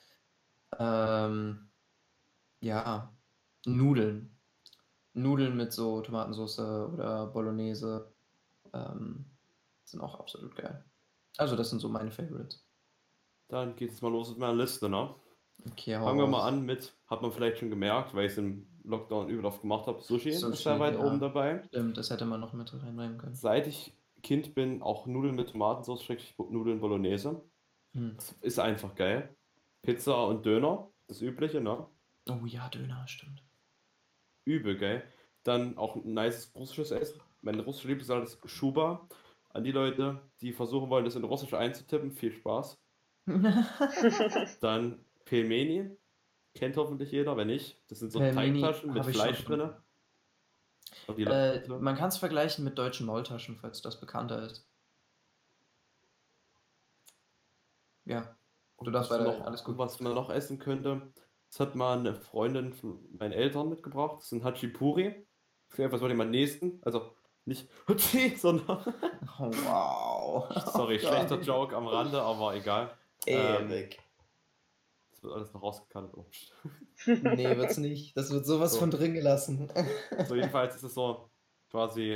Ähm, ja, Nudeln. Nudeln mit so Tomatensauce oder Bolognese ähm, sind auch absolut geil. Also das sind so meine Favorites. Dann geht es mal los mit meiner Liste, ne? Okay, hau Fangen wir raus. mal an mit, hat man vielleicht schon gemerkt, weil ich es im Lockdown übel oft gemacht habe, Sushi, ist Sushi, sehr weit ja. oben dabei. Stimmt, das hätte man noch mit reinbringen können. Seit ich Kind bin, auch Nudeln mit Tomatensauce, schrägstrich Nudeln Bolognese. Hm. Das ist einfach geil. Pizza und Döner, das Übliche, ne? Oh ja, Döner, stimmt. Übel geil. Dann auch ein nices russisches Essen. Mein russischer Lieblingssalat ist Schuba. An die Leute, die versuchen wollen, das in Russisch einzutippen, viel Spaß. Dann Pelmeni. Kennt hoffentlich jeder, wenn nicht. Das sind so Pelmeni Teigtaschen mit hab ich Fleisch schon- drin. Und die Äh, Leute, man kann es vergleichen mit deutschen Maultaschen, falls das bekannter ist. Ja, du und darfst was weiterreden, noch, alles gut. was man noch essen könnte, das hat mal eine Freundin von meinen Eltern mitgebracht. Das sind Hachipuri. Für etwas, was dem am nächsten. Also nicht Hachi, sondern. Oh, wow. Sorry, Oh schlechter Gott. Joke am Rande, aber egal. Ähm, Erik. das wird alles noch rausgekannt. Oh, Nee, wird's nicht. Das wird sowas So. von drin gelassen. So, jedenfalls ist es so quasi,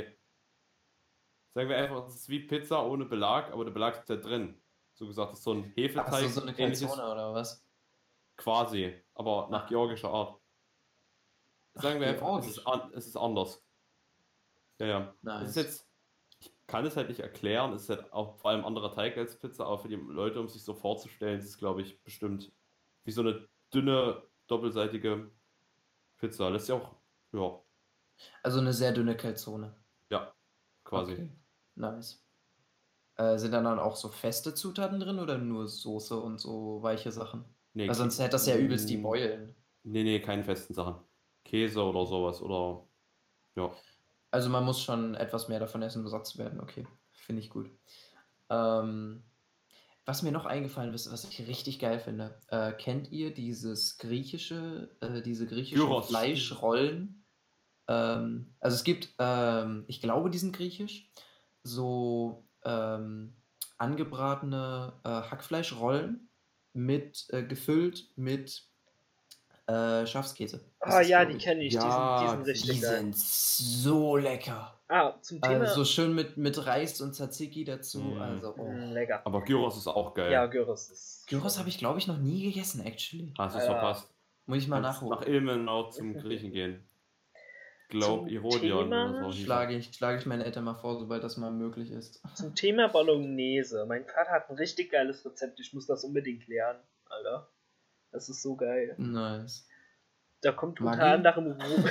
sagen wir einfach, es ist wie Pizza ohne Belag, aber der Belag ist da drin. So gesagt, das ist so ein Ach so, Hefeteig, so eine ähnliches Calzone oder was? quasi, aber nach Ach. georgischer Art. Sagen Ach, wir einfach, es ist, georgisch. an, es ist anders. Ja, ja. Es ist Nice. jetzt, ich kann es halt nicht erklären, es ist halt auch vor allem anderer Teig als Pizza, aber für die Leute, um sich so vorzustellen, ist es, glaube ich, bestimmt wie so eine dünne, doppelseitige Pizza. Das ist ja auch, ja, Also eine sehr dünne Calzone. ja, quasi. Okay, nice. Äh, sind dann dann auch so feste Zutaten drin oder nur Soße und so weiche Sachen? Nee, Weil sonst Kä- hätte das ja übelst die Mm, Beulen. Nee, nee, keine festen Sachen. Käse oder sowas oder, ja. Also man muss schon etwas mehr davon essen, um satt zu werden. Okay, finde ich gut. Ähm, was mir noch eingefallen ist, was ich richtig geil finde, äh, kennt ihr dieses griechische, äh, diese griechischen Gyros. Fleischrollen? Ähm, also es gibt, ähm, ich glaube, die sind griechisch, so ähm, angebratene äh, Hackfleischrollen mit äh, gefüllt mit äh, Schafskäse. Ist Ah das, ja, glaub die ich. kenne ich, die sind, die Ja, sind die richtig Die geil. sind so lecker. Ah, zum Thema. Also schön mit, mit Reis und Tzatziki dazu. Mm. Also, oh. Mm, lecker. Aber Gyros ist auch geil. Ja, Gyros ist. Gyros schon- habe ich, glaube ich, noch nie gegessen, actually. Hast du es Alter. verpasst? Muss ich mal Kannst nach nachholen. Ilmenau zum Griechen gehen. Glaub, Zum Irodion Thema- oder so. hieß er. Schlage ich, schlage ich meine Eltern mal vor, sobald das mal möglich ist. Zum Thema Bolognese. Mein Vater hat ein richtig geiles Rezept. Ich muss das unbedingt lernen, Alter. Das ist so geil. Nice. Da kommt Maggi? unter anderem Ro-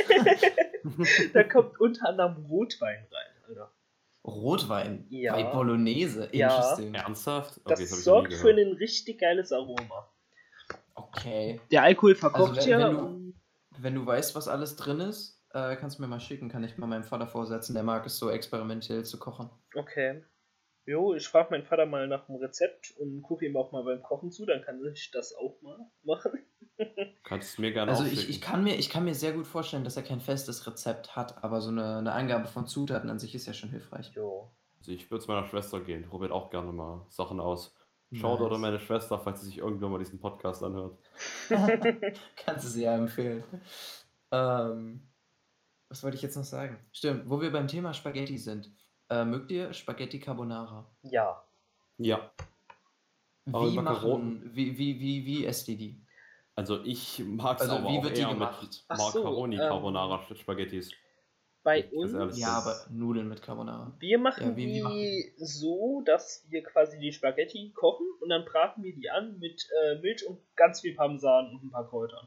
da kommt unter anderem Rotwein rein, Alter. Rotwein Ja. bei Bolognese. Ja. Interesting. Ernsthaft? Okay, Das das habe ich noch nie sorgt für gehört. ein richtig geiles Aroma. Okay. Der Alkohol verkocht Also wenn- ja. wenn du- Wenn du weißt, was alles drin ist, äh, kannst du mir mal schicken. Kann ich mal meinem Vater vorsetzen. Der mag es so experimentell zu kochen. Okay. Jo, ich frage meinen Vater mal nach dem Rezept und gucke ihm auch mal beim Kochen zu, dann kann ich das auch mal machen. Kannst du mir gerne Also auch ich, schicken. ich, kann mir, ich kann mir sehr gut vorstellen, dass er kein festes Rezept hat, aber so eine, eine Angabe von Zutaten an sich ist ja schon hilfreich. Jo. Also ich würde zu meiner Schwester gehen. Probiert auch gerne mal Sachen aus. Schaut Nice. oder meine Schwester, falls sie sich irgendwann mal diesen Podcast anhört. Kannst du sie ja empfehlen. Ähm, was wollte ich jetzt noch sagen? Stimmt, wo wir beim Thema Spaghetti sind. Äh, mögt ihr Spaghetti Carbonara? Ja. Ja. Aber Wie, Macaron- machen, wie, wie, wie, wie esst ihr die? Also ich mag es Also aber wie auch wird die eher gemacht? mit Ach so, Macaroni ähm, Carbonara statt Spaghettis. Bei Ich weiß ehrlich uns, Ja, aber Nudeln mit Carbonara. wir machen Ja, wie- wie machen die so, dass wir quasi die Spaghetti kochen und dann braten wir die an mit äh, Milch und ganz viel Parmesan und ein paar Kräutern.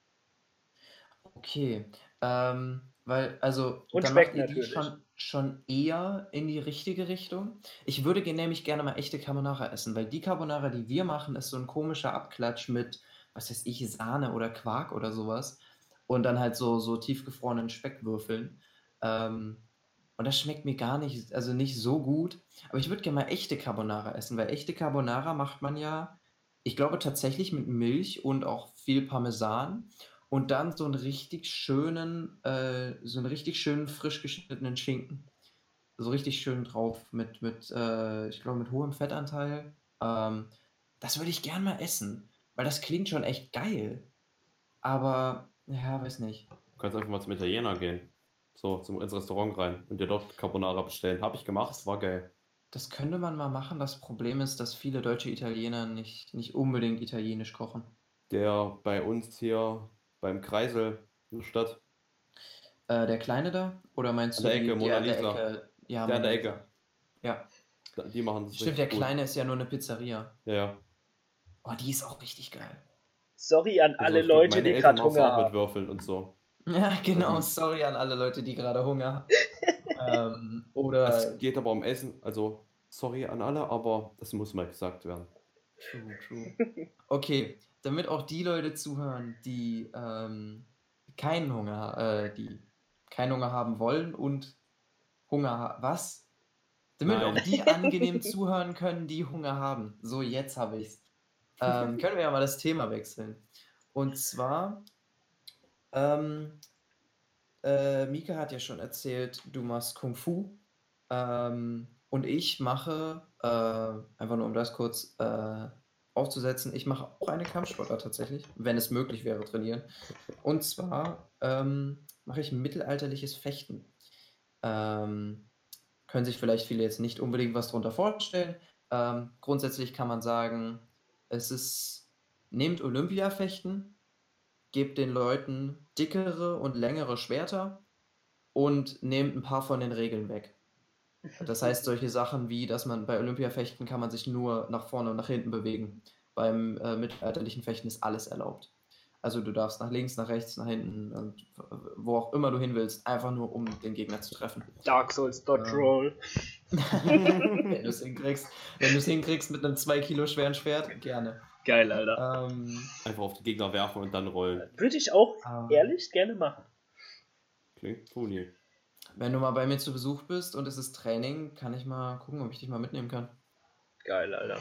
Okay, ähm, weil, also, Und dann Speck macht ihr die natürlich. schon, schon eher in die richtige Richtung. Ich würde ge- nämlich gerne mal echte Carbonara essen, weil die Carbonara, die wir machen, ist so ein komischer Abklatsch mit, was weiß ich, Sahne oder Quark oder sowas. Und dann halt so, so tiefgefrorenen Speckwürfeln. Ähm, und das schmeckt mir gar nicht, also nicht so gut. Aber ich würde gerne mal echte Carbonara essen, weil echte Carbonara macht man ja, ich glaube tatsächlich mit Milch und auch viel Parmesan. Und dann so einen richtig schönen, äh, so einen richtig schönen frisch geschnittenen Schinken. So richtig schön drauf mit, mit äh, ich glaube, mit hohem Fettanteil. Ähm, das würde ich gern mal essen, weil das klingt schon echt geil. Aber, ja, weiß nicht. Du kannst einfach mal zum Italiener gehen. So, zum, ins Restaurant rein und dir dort Carbonara bestellen. Habe ich gemacht, war geil. Das könnte man mal machen. Das Problem ist, dass viele deutsche Italiener nicht, nicht unbedingt italienisch kochen. Der bei uns hier beim Kreisel in der Stadt, Äh, der Kleine da? Oder meinst An du der die, Ecke, die Mona an der Lisa. Ecke? Ja, der an Mona der Lisa. Ecke, Ja. die machen das Stimmt, der richtig gut. Kleine ist ja nur eine Pizzeria. Ja, ja. Oh, die ist auch richtig geil. Sorry an Also, alle ich glaub, Leute, meine die Eltern gerade machen es Hunger auch mit haben. Würfeln und so. Ja, genau. Mhm. Sorry an alle Leute, die gerade Hunger haben. ähm, oder. Es geht aber um Essen, also sorry an alle, aber das muss mal gesagt werden. True, true. Okay, damit auch die Leute zuhören, die ähm, keinen Hunger, äh, die keinen Hunger haben wollen und Hunger ha was? Damit Nein. auch die angenehm zuhören können, die Hunger haben. So, jetzt habe ich's. Ähm, können wir ja mal das Thema wechseln. Und zwar, ähm, äh, Mika hat ja schon erzählt, du machst Kung Fu. Ähm, und ich mache, äh, einfach nur um das kurz äh, aufzusetzen, ich mache auch eine Kampfsportart tatsächlich, wenn es möglich wäre, trainieren. Und zwar ähm, mache ich mittelalterliches Fechten. Ähm, können sich vielleicht viele jetzt nicht unbedingt was darunter vorstellen. Ähm, grundsätzlich kann man sagen, es ist, nehmt Olympiafechten, gebt den Leuten dickere und längere Schwerter und nehmt ein paar von den Regeln weg. Das heißt, solche Sachen wie, dass man bei Olympiafechten kann man sich nur nach vorne und nach hinten bewegen. Beim äh, mittelalterlichen Fechten ist alles erlaubt. Also du darfst nach links, nach rechts, nach hinten und wo auch immer du hin willst, einfach nur um den Gegner zu treffen. Dark Souls Dodge Ähm. Roll. Wenn du es hinkriegst, wenn du es hinkriegst mit einem zwei Kilo schweren Schwert, gerne. Geil, Alter. Ähm, Einfach auf die Gegner werfen und dann rollen. Würde ich auch Ah. ehrlich gerne machen. Klingt funny. wenn du mal bei mir zu Besuch bist und es ist Training, kann ich mal gucken, ob ich dich mal mitnehmen kann. Geil, Alter.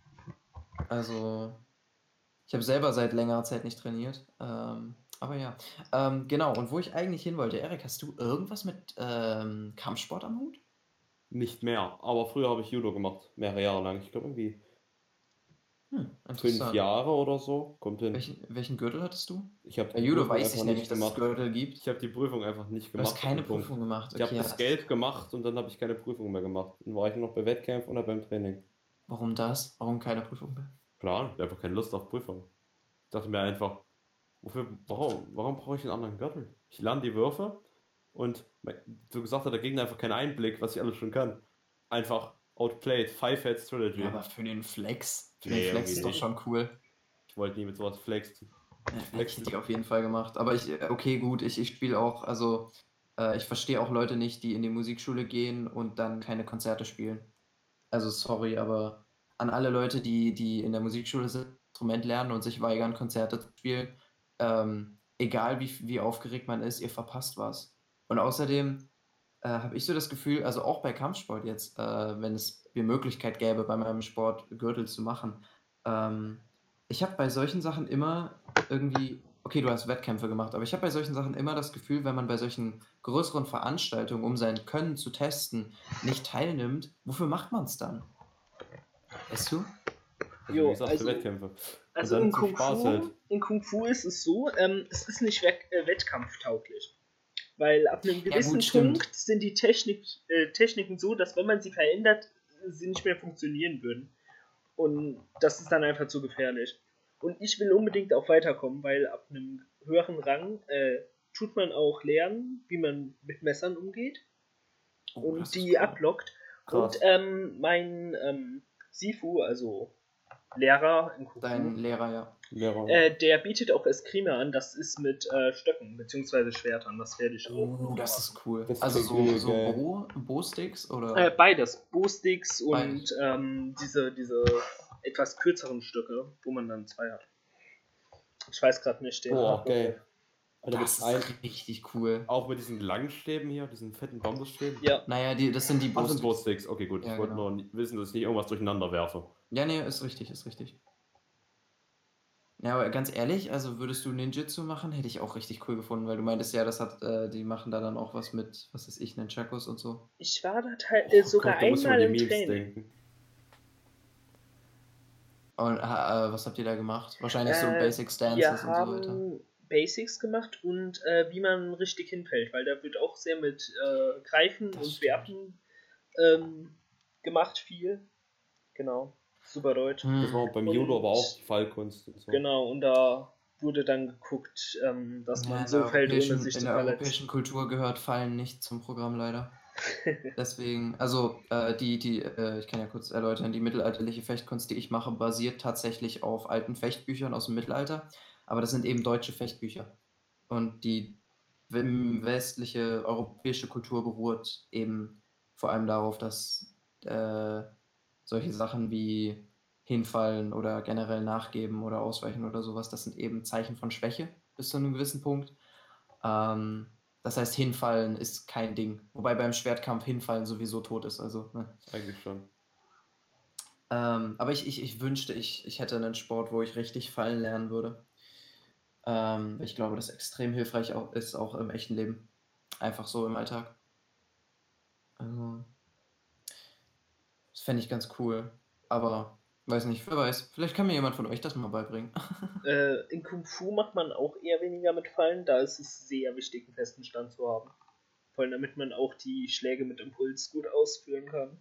Also, ich habe selber seit längerer Zeit nicht trainiert. Ähm, aber ja. Ähm, genau, und wo ich eigentlich hin wollte, Erik, hast du irgendwas mit ähm, Kampfsport am Hut? Nicht mehr. Aber früher habe ich Judo gemacht. Mehrere Jahre lang. Ich glaube irgendwie Hm, fünf interessant. Jahre oder so. Kommt hin. Welchen, welchen Gürtel hattest du? Ich habe Bei die Judo Prüfung weiß ich einfach nämlich, nicht dass es gemacht. Gürtel gibt. Ich habe die Prüfung einfach nicht Du hast gemacht. keine auf den Punkt. Prüfung gemacht. Ich habe Okay, das ja, Geld gemacht und dann habe ich keine Prüfung mehr gemacht. Dann war ich nur noch bei Wettkämpfen oder beim Training. Warum das? Warum keine Prüfung mehr? Klar, ich habe einfach keine Lust auf Prüfung. Ich dachte mir einfach, wofür, warum, warum brauche ich einen anderen Gürtel? Ich lerne die Würfe und mein- so gesagt hat der Gegner einfach keinen Einblick, was ich alles schon kann. Einfach outplayed, Five-Head Strategy. Ja, aber für den Flex, für Nee, den Flex irgendwie ist doch nicht. schon cool. Ich wollte nie mit sowas flexen. Ja, Flex hätte ich auf jeden Fall gemacht. Aber ich, äh, okay, gut, ich, ich spiele auch, also äh, ich verstehe auch Leute nicht, die in die Musikschule gehen und dann keine Konzerte spielen. Also sorry, aber an alle Leute, die, die in der Musikschule sind, Instrument lernen und sich weigern, Konzerte zu spielen, ähm, egal wie, wie aufgeregt man ist, ihr verpasst was. Und außerdem äh, habe ich so das Gefühl, also auch bei Kampfsport jetzt, äh, wenn es die Möglichkeit gäbe, bei meinem Sport Gürtel zu machen, ähm, ich habe bei solchen Sachen immer irgendwie, okay, du hast Wettkämpfe gemacht, aber ich habe bei solchen Sachen immer das Gefühl, wenn man bei solchen größeren Veranstaltungen, um sein Können zu testen, nicht teilnimmt, wofür macht man es dann? Weißt du? Also Jo, wie gesagt, also- für Wettkämpfe. Also Und dann in zum Kung, Spaß Fu, halt. in Kung Fu ist es so, ähm, es ist nicht wett äh, wettkampftauglich. Weil ab einem gewissen gut, stimmt. Punkt sind die Technik, äh, Techniken so, dass wenn man sie verändert, sie nicht mehr funktionieren würden. Und das ist dann einfach zu gefährlich. Und ich will unbedingt auch weiterkommen, weil ab einem höheren Rang äh, tut man auch lernen, wie man mit Messern umgeht Oh, das und ist die cool. ablockt. Krass. Und ähm, mein ähm, Sifu, also Lehrer in Kung Fu, Dein Lehrer, ja. Lehrer. äh, der bietet auch Eskrima an, das ist mit äh, Stöcken bzw. Schwertern, das werde ich auch. Oh, das ist cool. Das Also klingt so, übel so geil. Bo, Bo-Sticks oder? Äh, beides, Bo-Sticks und Beides. ähm, diese, diese etwas kürzeren Stücke, wo man dann zwei hat. Ich weiß gerade nicht den. Boah, geil. Alter, Das mit ein, ist richtig cool. auch mit diesen langen Stäben hier, diesen fetten Bambusstäben. Ja, Naja, die, das sind die Ach, sind Bo-Sticks. Bow-Sticks. Okay, gut. Ja, ich wollte genau. nur nie- wissen, dass ich nicht irgendwas durcheinander werfe. Ja, nee, ist richtig, ist richtig. Ja, aber ganz ehrlich, also würdest du Ninjutsu machen, hätte ich auch richtig cool gefunden, weil du meintest ja, das hat, äh, die machen da dann auch was mit, was weiß ich, Nunchakus und so. ich war da te- äh, sogar Gott, da muss ich mal einmal die im Memes Training. denken. Und äh, äh, was habt ihr da gemacht? Wahrscheinlich so Äh, Basic Wir Stances und so weiter. haben Basics gemacht und äh, wie man richtig hinfällt, weil da wird auch sehr mit äh, Greifen Das und stimmt. Werfen ähm, gemacht, viel. Genau, super deutsch. Hm. Das war beim Und- Judo aber auch die Fallkunst und so. Genau, und da wurde dann geguckt, ähm, dass Ja, man in so der fällt, ohne europäischen- sich In zu der verletzen. europäischen Kultur gehört Fallen nicht zum Programm leider. Deswegen, also äh, die, die, äh, ich kann ja kurz erläutern, die mittelalterliche Fechtkunst, die ich mache, basiert tatsächlich auf alten Fechtbüchern aus dem Mittelalter, aber das sind eben deutsche Fechtbücher. Und die wem- westliche europäische Kultur beruht eben vor allem darauf, dass äh, solche Sachen wie hinfallen oder generell nachgeben oder ausweichen oder sowas, das sind eben Zeichen von Schwäche bis zu einem gewissen Punkt. Ähm, Das heißt, hinfallen ist kein Ding. Wobei beim Schwertkampf hinfallen sowieso tot ist. Also, ne? Eigentlich schon. Ähm, aber ich, ich, ich wünschte, ich, ich hätte einen Sport, wo ich richtig fallen lernen würde. Ähm, ich glaube, das extrem hilfreich auch, ist, auch im echten Leben. Einfach so im Alltag. Also, das fände ich ganz cool. Aber, weiß nicht, wer weiß. Vielleicht kann mir jemand von euch das mal beibringen. Äh, in Kung Fu macht man auch eher weniger mit Fallen, da ist es sehr wichtig, einen festen Stand zu haben. Vor allem damit man auch die Schläge mit Impuls gut ausführen kann.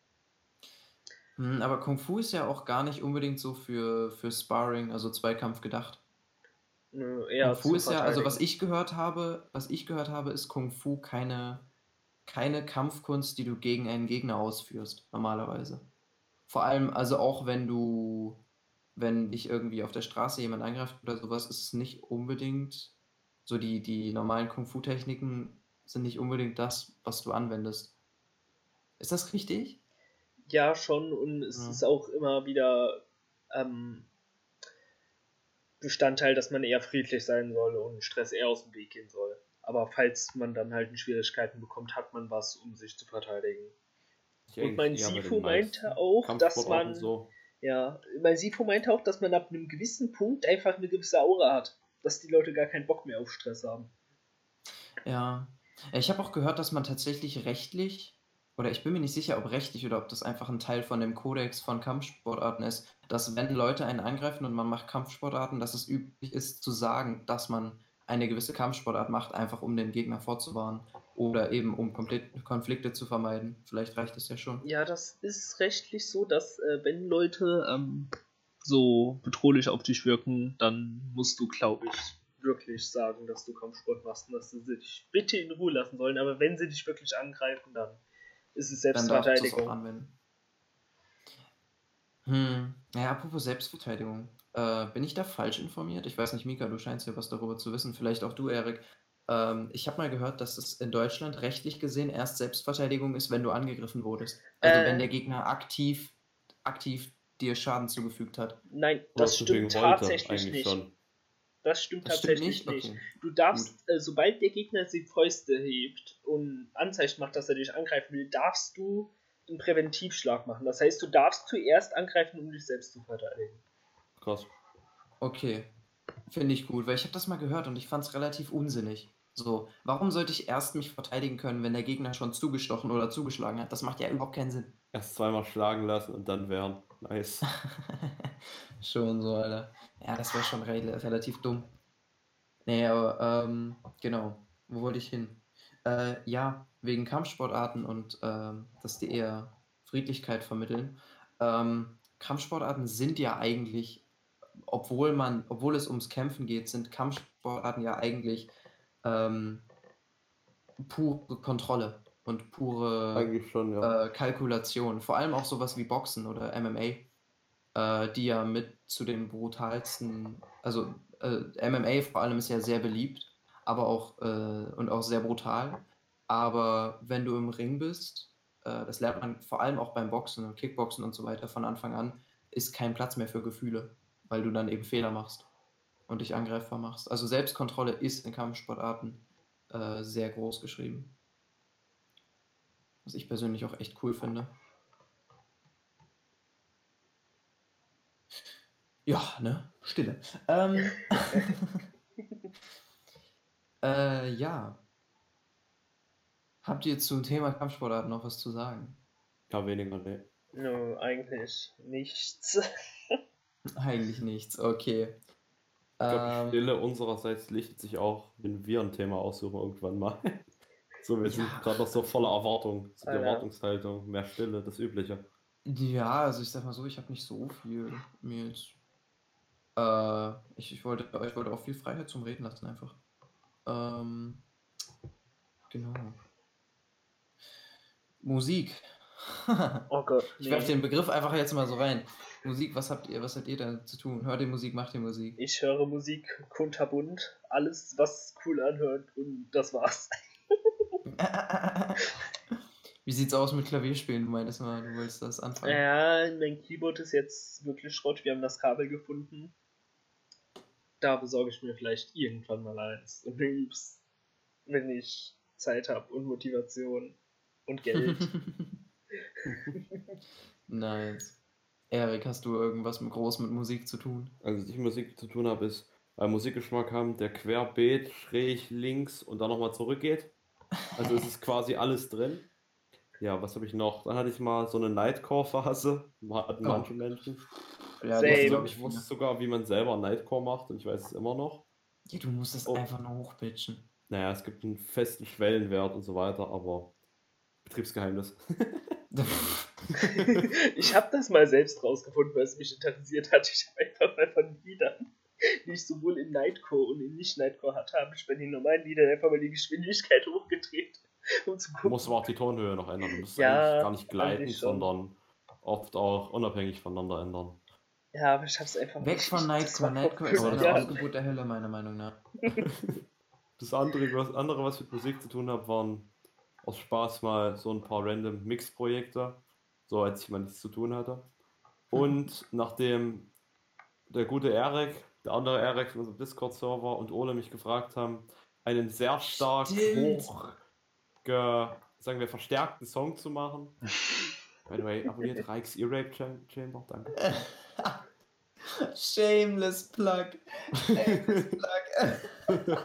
Hm, aber Kung Fu ist ja auch gar nicht unbedingt so für, für Sparring, also Zweikampf gedacht. Äh, Kung eher Fu zum ist ja, also was Verteidigen. ich gehört habe, was ich gehört habe, ist Kung Fu keine, keine Kampfkunst, die du gegen einen Gegner ausführst, normalerweise. Vor allem, also auch wenn du, wenn dich irgendwie auf der Straße jemand angreift oder sowas, ist es nicht unbedingt, so die, die normalen Kung Fu-Techniken sind nicht unbedingt das, was du anwendest. Ist das richtig? Ja, schon, und es Ja. ist auch immer wieder ähm, Bestandteil, dass man eher friedlich sein soll und Stress eher aus dem Weg gehen soll. Aber falls man dann halt in Schwierigkeiten bekommt, hat man was, um sich zu verteidigen. Ich Und eigentlich mein eher bei Sifu den meinte meisten auch, dass Kampfsportarten man, so. ja, mein Sifu meinte auch, dass man ab einem gewissen Punkt einfach eine gewisse Aura hat. Dass die Leute gar keinen Bock mehr auf Stress haben. Ja. Ich habe auch gehört, dass man tatsächlich rechtlich, oder ich bin mir nicht sicher, ob rechtlich oder ob das einfach ein Teil von dem Kodex von Kampfsportarten ist, dass wenn Leute einen angreifen und man macht Kampfsportarten, dass es üblich ist zu sagen, dass man eine gewisse Kampfsportart macht, einfach um den Gegner vorzuwarnen oder eben um komplett Konflikte zu vermeiden. Vielleicht reicht es ja schon. Ja, das ist rechtlich so, dass äh, wenn Leute ähm, so bedrohlich auf dich wirken, dann musst du, glaube ich, wirklich sagen, dass du Kampfsport machst und dass sie dich bitte in Ruhe lassen sollen. Aber wenn sie dich wirklich angreifen, dann ist es Dann darfst du es auch Selbstverteidigung. anwenden. Hm, naja, apropos Selbstverteidigung. Äh, bin ich da falsch informiert? Ich weiß nicht, Mika, du scheinst ja was darüber zu wissen. Vielleicht auch du, Erik. Ähm, ich habe mal gehört, dass es in Deutschland rechtlich gesehen erst Selbstverteidigung ist, wenn du angegriffen wurdest. Also wenn Äh, der Gegner aktiv, aktiv dir Schaden zugefügt hat. nein, Oder das stimmt deswegen wollte, tatsächlich eigentlich nicht. schon. Das stimmt Das stimmt tatsächlich nicht? nicht. Okay, Du gut. darfst, äh, sobald der Gegner die Fäuste hebt und Anzeichen macht, dass er dich angreifen will, darfst du einen Präventivschlag machen. Das heißt, du darfst zuerst angreifen, um dich selbst zu verteidigen. Krass. Okay, finde ich gut, weil ich habe das mal gehört und ich fand es relativ unsinnig. So, warum sollte ich erst mich verteidigen können, wenn der Gegner schon zugestochen oder zugeschlagen hat? Das macht ja überhaupt keinen Sinn. Erst zweimal schlagen lassen und dann wehren. Nice. Schon so, Alter. Ja, das wäre schon re relativ dumm. Nee, aber ähm, genau. Wo wollte ich hin? Äh, ja, wegen Kampfsportarten und ähm, dass die eher Friedlichkeit vermitteln. Ähm, Kampfsportarten sind ja eigentlich, obwohl man, obwohl es ums Kämpfen geht, sind Kampfsportarten ja eigentlich ähm, pure Kontrolle und pure Eigentlich schon, ja. äh, Kalkulation. Vor allem auch sowas wie Boxen oder M M A, äh, die ja mit zu den brutalsten, also äh, M M A vor allem ist ja sehr beliebt, aber auch äh, und auch sehr brutal. Aber wenn du im Ring bist, äh, das lernt man vor allem auch beim Boxen und Kickboxen und so weiter von Anfang an, ist kein Platz mehr für Gefühle, weil du dann eben Fehler machst und dich angreifbar machst. Also Selbstkontrolle ist in Kampfsportarten äh, sehr groß geschrieben, was ich persönlich auch echt cool finde. Ja, ne? Stille. Ähm, äh, ja. Habt ihr zum Thema Kampfsportarten noch was zu sagen? Ja, weniger, nee. Nö, eigentlich nichts. Eigentlich nichts, okay. Ich glaube, die Stille Ähm, unsererseits lichtet sich auch, wenn wir ein Thema aussuchen irgendwann mal. So, wir sind ja, gerade noch so voller Erwartung. So die Alter. Erwartungshaltung, mehr Stille, das Übliche. ja, also ich sag mal so, ich habe nicht so viel mir jetzt. Äh, ich, ich wollte, ich wollte auch viel Freiheit zum Reden lassen, einfach. Ähm, genau. Musik. Oh Gott, Ich werfe nee. den Begriff einfach jetzt mal so rein. Musik, was habt ihr, was habt ihr da zu tun? Hört ihr Musik, macht ihr Musik? Ich höre Musik kunterbunt, alles, was cool anhört, und das war's. Wie sieht's aus mit Klavierspielen? Du meintest mal, du wolltest das anfangen. Ja, mein Keyboard ist jetzt wirklich Schrott. Wir haben das Kabel gefunden. Da besorge ich mir vielleicht irgendwann mal eins und üb's. wenn ich Zeit habe und Motivation und Geld. Nice. Erik, hast du irgendwas mit groß mit Musik zu tun? Also, was ich mit Musik zu tun habe, ist einen Musikgeschmack haben, der querbeet, schräg links und dann nochmal zurückgeht. Also es ist quasi alles drin. Ja, was habe ich noch? Dann hatte ich mal so eine Nightcore-Phase. Hatten Oh. manche Menschen. Ja, Same. das Ich glaube wusste, ich ich wusste viele. sogar, wie man selber Nightcore macht und ich weiß es immer noch. Ja, du musst es Oh. einfach nur hochpitchen. Naja, es gibt einen festen Schwellenwert und so weiter, aber Betriebsgeheimnis. Ich habe das mal selbst rausgefunden, weil es mich interessiert hat. Ich habe einfach mal von Liedern, die ich sowohl in Nightcore und in Nicht-Nightcore hatte, habe ich bei den normalen Liedern einfach mal die Geschwindigkeit hochgedreht, um zu Du gucken. musst aber auch die Tonhöhe noch ändern. Du musst Ja, eigentlich gar nicht an gleiten, sich schon. sondern oft auch unabhängig voneinander ändern. Ja, aber ich hab's einfach Weg nicht. von ich- das Nightcore. war vor Nightcore ist fünf eine Jahren. Ausgeburt der Hölle, meiner Meinung nach. Das andere was, andere, was ich mit Musik zu tun habe, waren aus Spaß mal so ein paar random Mix-Projekte, so als ich mal nichts zu tun hatte. Und nachdem der gute Erik, der andere Erik von unserem Discord-Server und Ole mich gefragt haben, einen sehr stark Stimmt. hoch, ge, sagen wir, verstärkten Song zu machen. By the way, abonniert Reichs E-Rape Chamber, danke. Shameless Plug. Shameless Plug.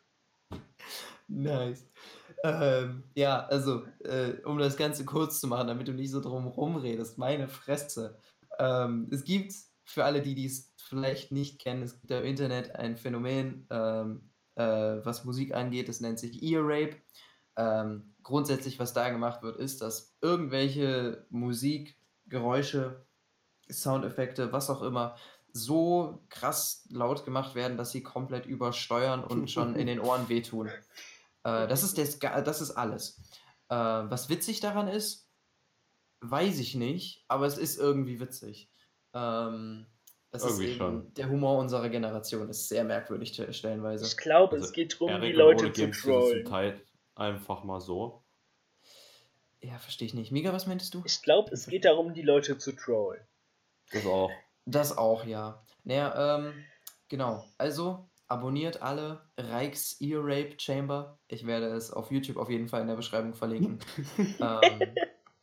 Nice. Ähm, ja, also, äh, um das Ganze kurz zu machen, damit du nicht so drum rumredest, meine Fresse. Ähm, es gibt, für alle, die dies vielleicht nicht kennen, es gibt im Internet ein Phänomen, ähm, äh, was Musik angeht, das nennt sich Ear Rape. Ähm, grundsätzlich, was da gemacht wird, ist, dass irgendwelche Musikgeräusche, Soundeffekte, was auch immer, so krass laut gemacht werden, dass sie komplett übersteuern und schon in den Ohren wehtun. Äh, das ist das, Ga- das ist alles. Äh, was witzig daran ist, weiß ich nicht, aber es ist irgendwie witzig. Ähm, das Irgendwie ist eben schon. der Humor unserer Generation, ist sehr merkwürdig te- stellenweise. Ich glaube, Also es geht darum, die Erik und Ole Leute zu geben sich das zum trollen. Teil einfach mal so. Ja, verstehe ich nicht. Mega, was meintest du? Ich glaube, es geht darum, die Leute zu trollen. Das auch. Das auch, ja. Naja, ähm, genau. Also, abonniert alle Reichs Ear Rape Chamber. Ich werde es auf YouTube auf jeden Fall in der Beschreibung verlinken. ähm,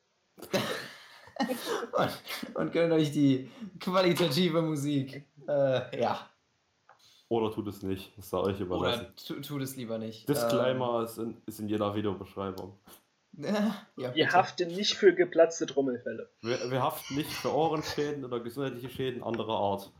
und, und gönnt euch die qualitative Musik. Äh, ja. Oder tut es nicht. Das sei euch überlassen. Oder tu, tut es lieber nicht. Disclaimer ist, in, ist in jeder Videobeschreibung. Ähm, ja, Wir bitte. haften nicht für geplatzte Trommelfälle. Wir, wir haften nicht für Ohrenschäden oder gesundheitliche Schäden anderer Art.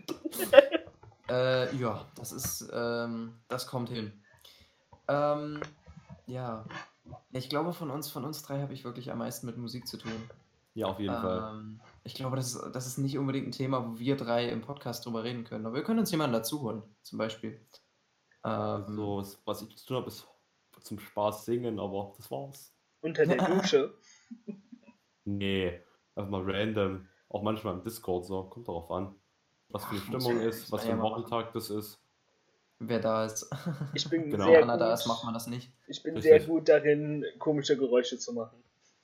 Äh, ja, das ist, ähm, das kommt hin. Ähm, ja. Ich glaube, von uns, von uns drei habe ich wirklich am meisten mit Musik zu tun. Ja, auf jeden Fall. Ähm, ich glaube, das ist, das ist nicht unbedingt ein Thema, wo wir drei im Podcast drüber reden können. Aber wir können uns jemanden dazu holen, zum Beispiel. Ähm, Also, was- was ich zu tun habe, ist zum Spaß singen, aber das war's. Unter der Dusche. Nee, einfach mal random. Auch manchmal im Discord so. Kommt darauf an, was für eine Ach, muss Stimmung man- ist, muss was man für ja ein mal machen. Wochentag das ist. Wer da ist. Ich bin Genau. sehr Wenn Anna gut. da ist, macht man das nicht. Ich bin Richtig. sehr gut darin, komische Geräusche zu machen.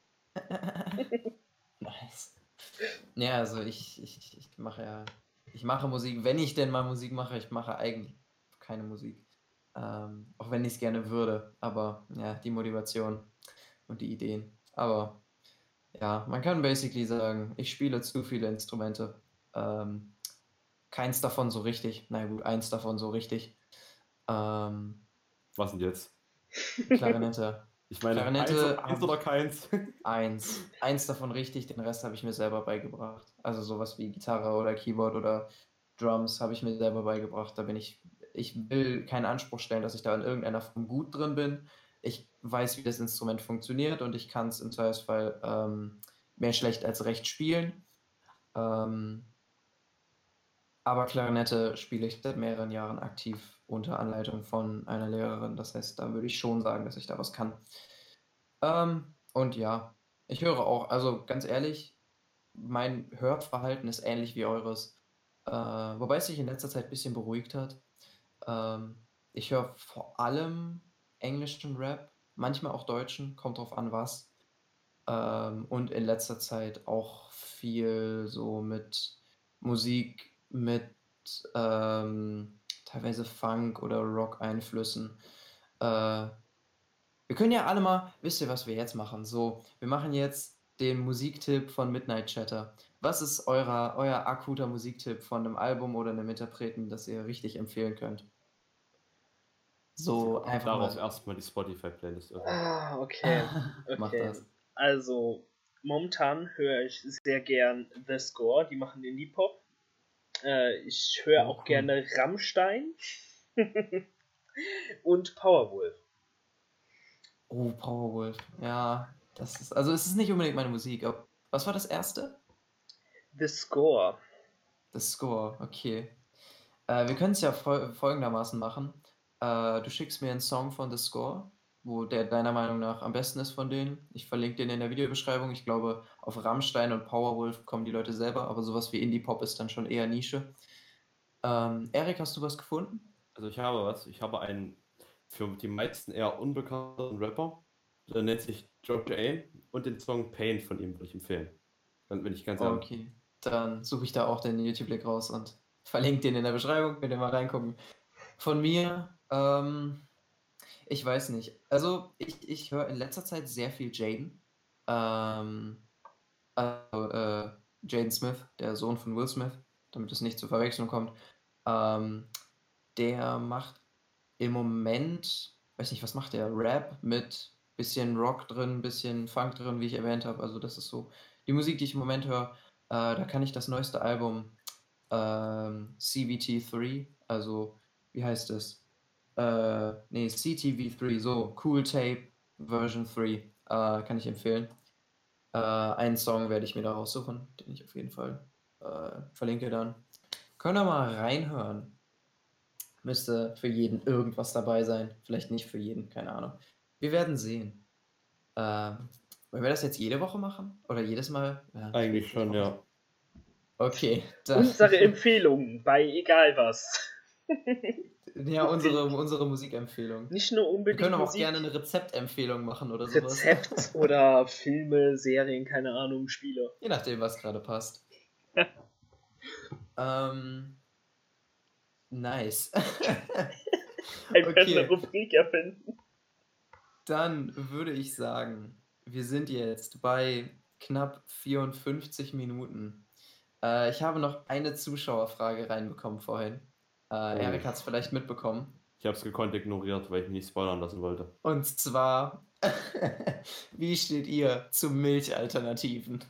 Nice. Ja, also ich, ich, ich mache ja, ich mache Musik, wenn ich denn mal Musik mache, ich mache eigentlich keine Musik. Ähm, auch wenn ich es gerne würde, aber ja, die Motivation und die Ideen. Aber ja, man kann basically sagen, ich spiele zu viele Instrumente. Ähm, keins davon so richtig. Na gut, eins davon so richtig. Ähm, Was denn jetzt? Klarinette. Ich meine, eins, Klarinette eins hab oder ich- keins? Eins. Eins davon richtig, den Rest habe ich mir selber beigebracht. Also sowas wie Gitarre oder Keyboard oder Drums habe ich mir selber beigebracht. Da bin ich, ich will keinen Anspruch stellen, dass ich da in irgendeiner Form gut drin bin. Ich weiß, wie das Instrument funktioniert und ich kann es im Zweifelsfall ähm, mehr schlecht als recht spielen. Ähm, aber Klarinette spiele ich seit mehreren Jahren aktiv unter Anleitung von einer Lehrerin. Das heißt, da würde ich schon sagen, dass ich da was kann. Ähm, und ja, ich höre auch, also ganz ehrlich, mein Hörverhalten ist ähnlich wie eures. Äh, wobei es sich in letzter Zeit ein bisschen beruhigt hat. Ähm, ich höre vor allem englischen Rap, manchmal auch deutschen, kommt drauf an, was. Ähm, und in letzter Zeit auch viel so mit Musik, mit ähm, teilweise Funk- oder Rock-Einflüssen. Äh, Wir können ja alle mal wisst ihr, was wir jetzt machen? So, wir machen jetzt den Musiktipp von Midnight Chatter. Was ist eurer euer akuter Musiktipp von 'nem Album oder 'nem Interpreten, das ihr richtig empfehlen könnt? So, einfach Daraus mal erst mal die Spotify-Playlist öffnen. Ah, okay. Mach Okay. das. Also, momentan höre ich sehr gern The Score, die machen Indie-Pop. Äh, ich höre Oh, auch cool. gerne Rammstein und Powerwolf. Oh, Powerwolf. Ja, das ist also, es ist nicht unbedingt meine Musik, aber was war das erste? The Score. The Score, okay. Äh, wir können's ja fol folgendermaßen machen. Äh, du schickst mir 'n Song von The Score, wo der deiner Meinung nach am besten ist von denen. Ich verlinke den in der Videobeschreibung. Ich glaube, auf Rammstein und Powerwolf kommen die Leute selber, aber so was wie Indie-Pop ist dann schon eher Nische. Ähm, Erik, hast du was gefunden? Also, ich habe was. Ich habe einen für die meisten eher unbekannten Rapper. Der nennt sich Georgia und den Song „Pain“ von ihm würde ich empfehlen. Dann bin ich ganz ehrlich. Okay, dann suche ich da auch den YouTube-Link raus und verlinke den in der Beschreibung, könnt ihr mal reingucken. Von mir, ähm, ich weiß nicht. Also, ich ich höre in letzter Zeit sehr viel Jaden. Ähm, also, äh, Jaden Smith, der Sohn von Will Smith, damit es nicht zur Verwechslung kommt. Ähm, der macht im Moment weiß nicht, was macht der? Rap mit bisschen Rock drin, bisschen Funk drin, wie ich erwähnt habe. Also, das ist so die Musik, die ich im Moment höre. Äh, da kann ich das neueste Album, ähm, C V T drei, also, wie heißt es? Äh, ne, C T V drei, so, Cool Tape Version drei, äh, kann ich empfehlen. Äh, einen Song werde ich mir da raussuchen, den ich auf jeden Fall, äh, verlinke dann. Könnt ihr mal reinhören. Müsste für jeden irgendwas dabei sein. Vielleicht nicht für jeden, keine Ahnung. Wir werden sehen. Ähm, wollen wir das jetzt jede Woche machen? Oder jedes Mal? Ja, ich will Eigentlich jetzt nicht schon, voraus ja. Okay, dann Unsere Empfehlungen bei egal was. Ja, unsere unsere Musikempfehlung. Nicht nur Wir unbedingt können aber auch Musik. gerne 'ne Rezeptempfehlung machen oder so was. Rezept oder Filme, Serien, keine Ahnung, Spiele. Je nachdem, was grade passt. Ähm nice. Einfach 'ne Okay. Rubrik erfinden. Dann würde ich sagen, wir sind jetzt bei knapp vierundfünfzig Minuten. Äh, ich habe noch eine Zuschauerfrage reinbekommen vorhin. Äh, Oh. Erik hat's vielleicht mitbekommen. Ich habe es gekonnt ignoriert, weil ich mich nicht spoilern lassen wollte. Und zwar, wie steht ihr zu Milchalternativen?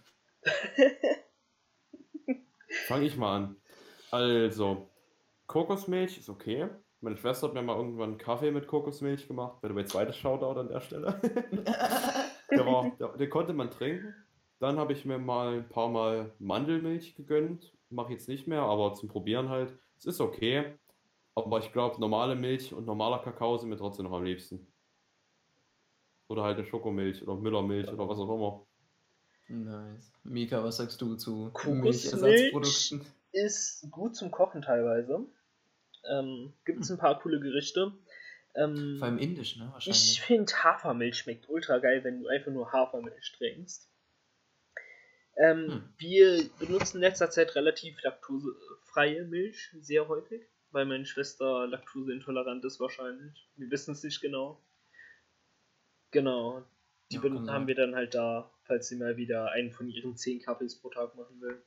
Fange ich mal an. Also, Kokosmilch ist okay. Meine Schwester hat mir mal irgendwann Kaffee mit Kokosmilch gemacht. By the way, zweites Shoutout an der Stelle. Der war der den konnte man trinken. Dann habe ich mir mal 'n paar Mal Mandelmilch gegönnt. Mache ich jetzt nicht mehr, aber zum Probieren halt. Es ist okay, aber ich glaube, normale Milch und normaler Kakao sind mir trotzdem noch am liebsten. Oder halt 'ne Schokomilch oder Müllermilch oder was auch immer. Nice. Mika, was sagst du zu Kokosmilch Milchersatzprodukten? ist gut zum Kochen teilweise. Ähm, gibt's 'n paar coole Gerichte. Ähm, Vor allem indisch, ne, ich wahrscheinlich. finde Hafermilch schmeckt ultra geil, wenn du einfach nur Hafermilch trinkst. Ähm, Hm. wir benutzen in letzter Zeit relativ laktosefreie Milch sehr häufig, weil meine Schwester laktoseintolerant ist wahrscheinlich. Wir wissen's nicht genau. Genau. Die Ja, ben kann haben sein. wir dann halt da, falls sie mal wieder einen von ihren zehn Kaffees pro Tag machen will.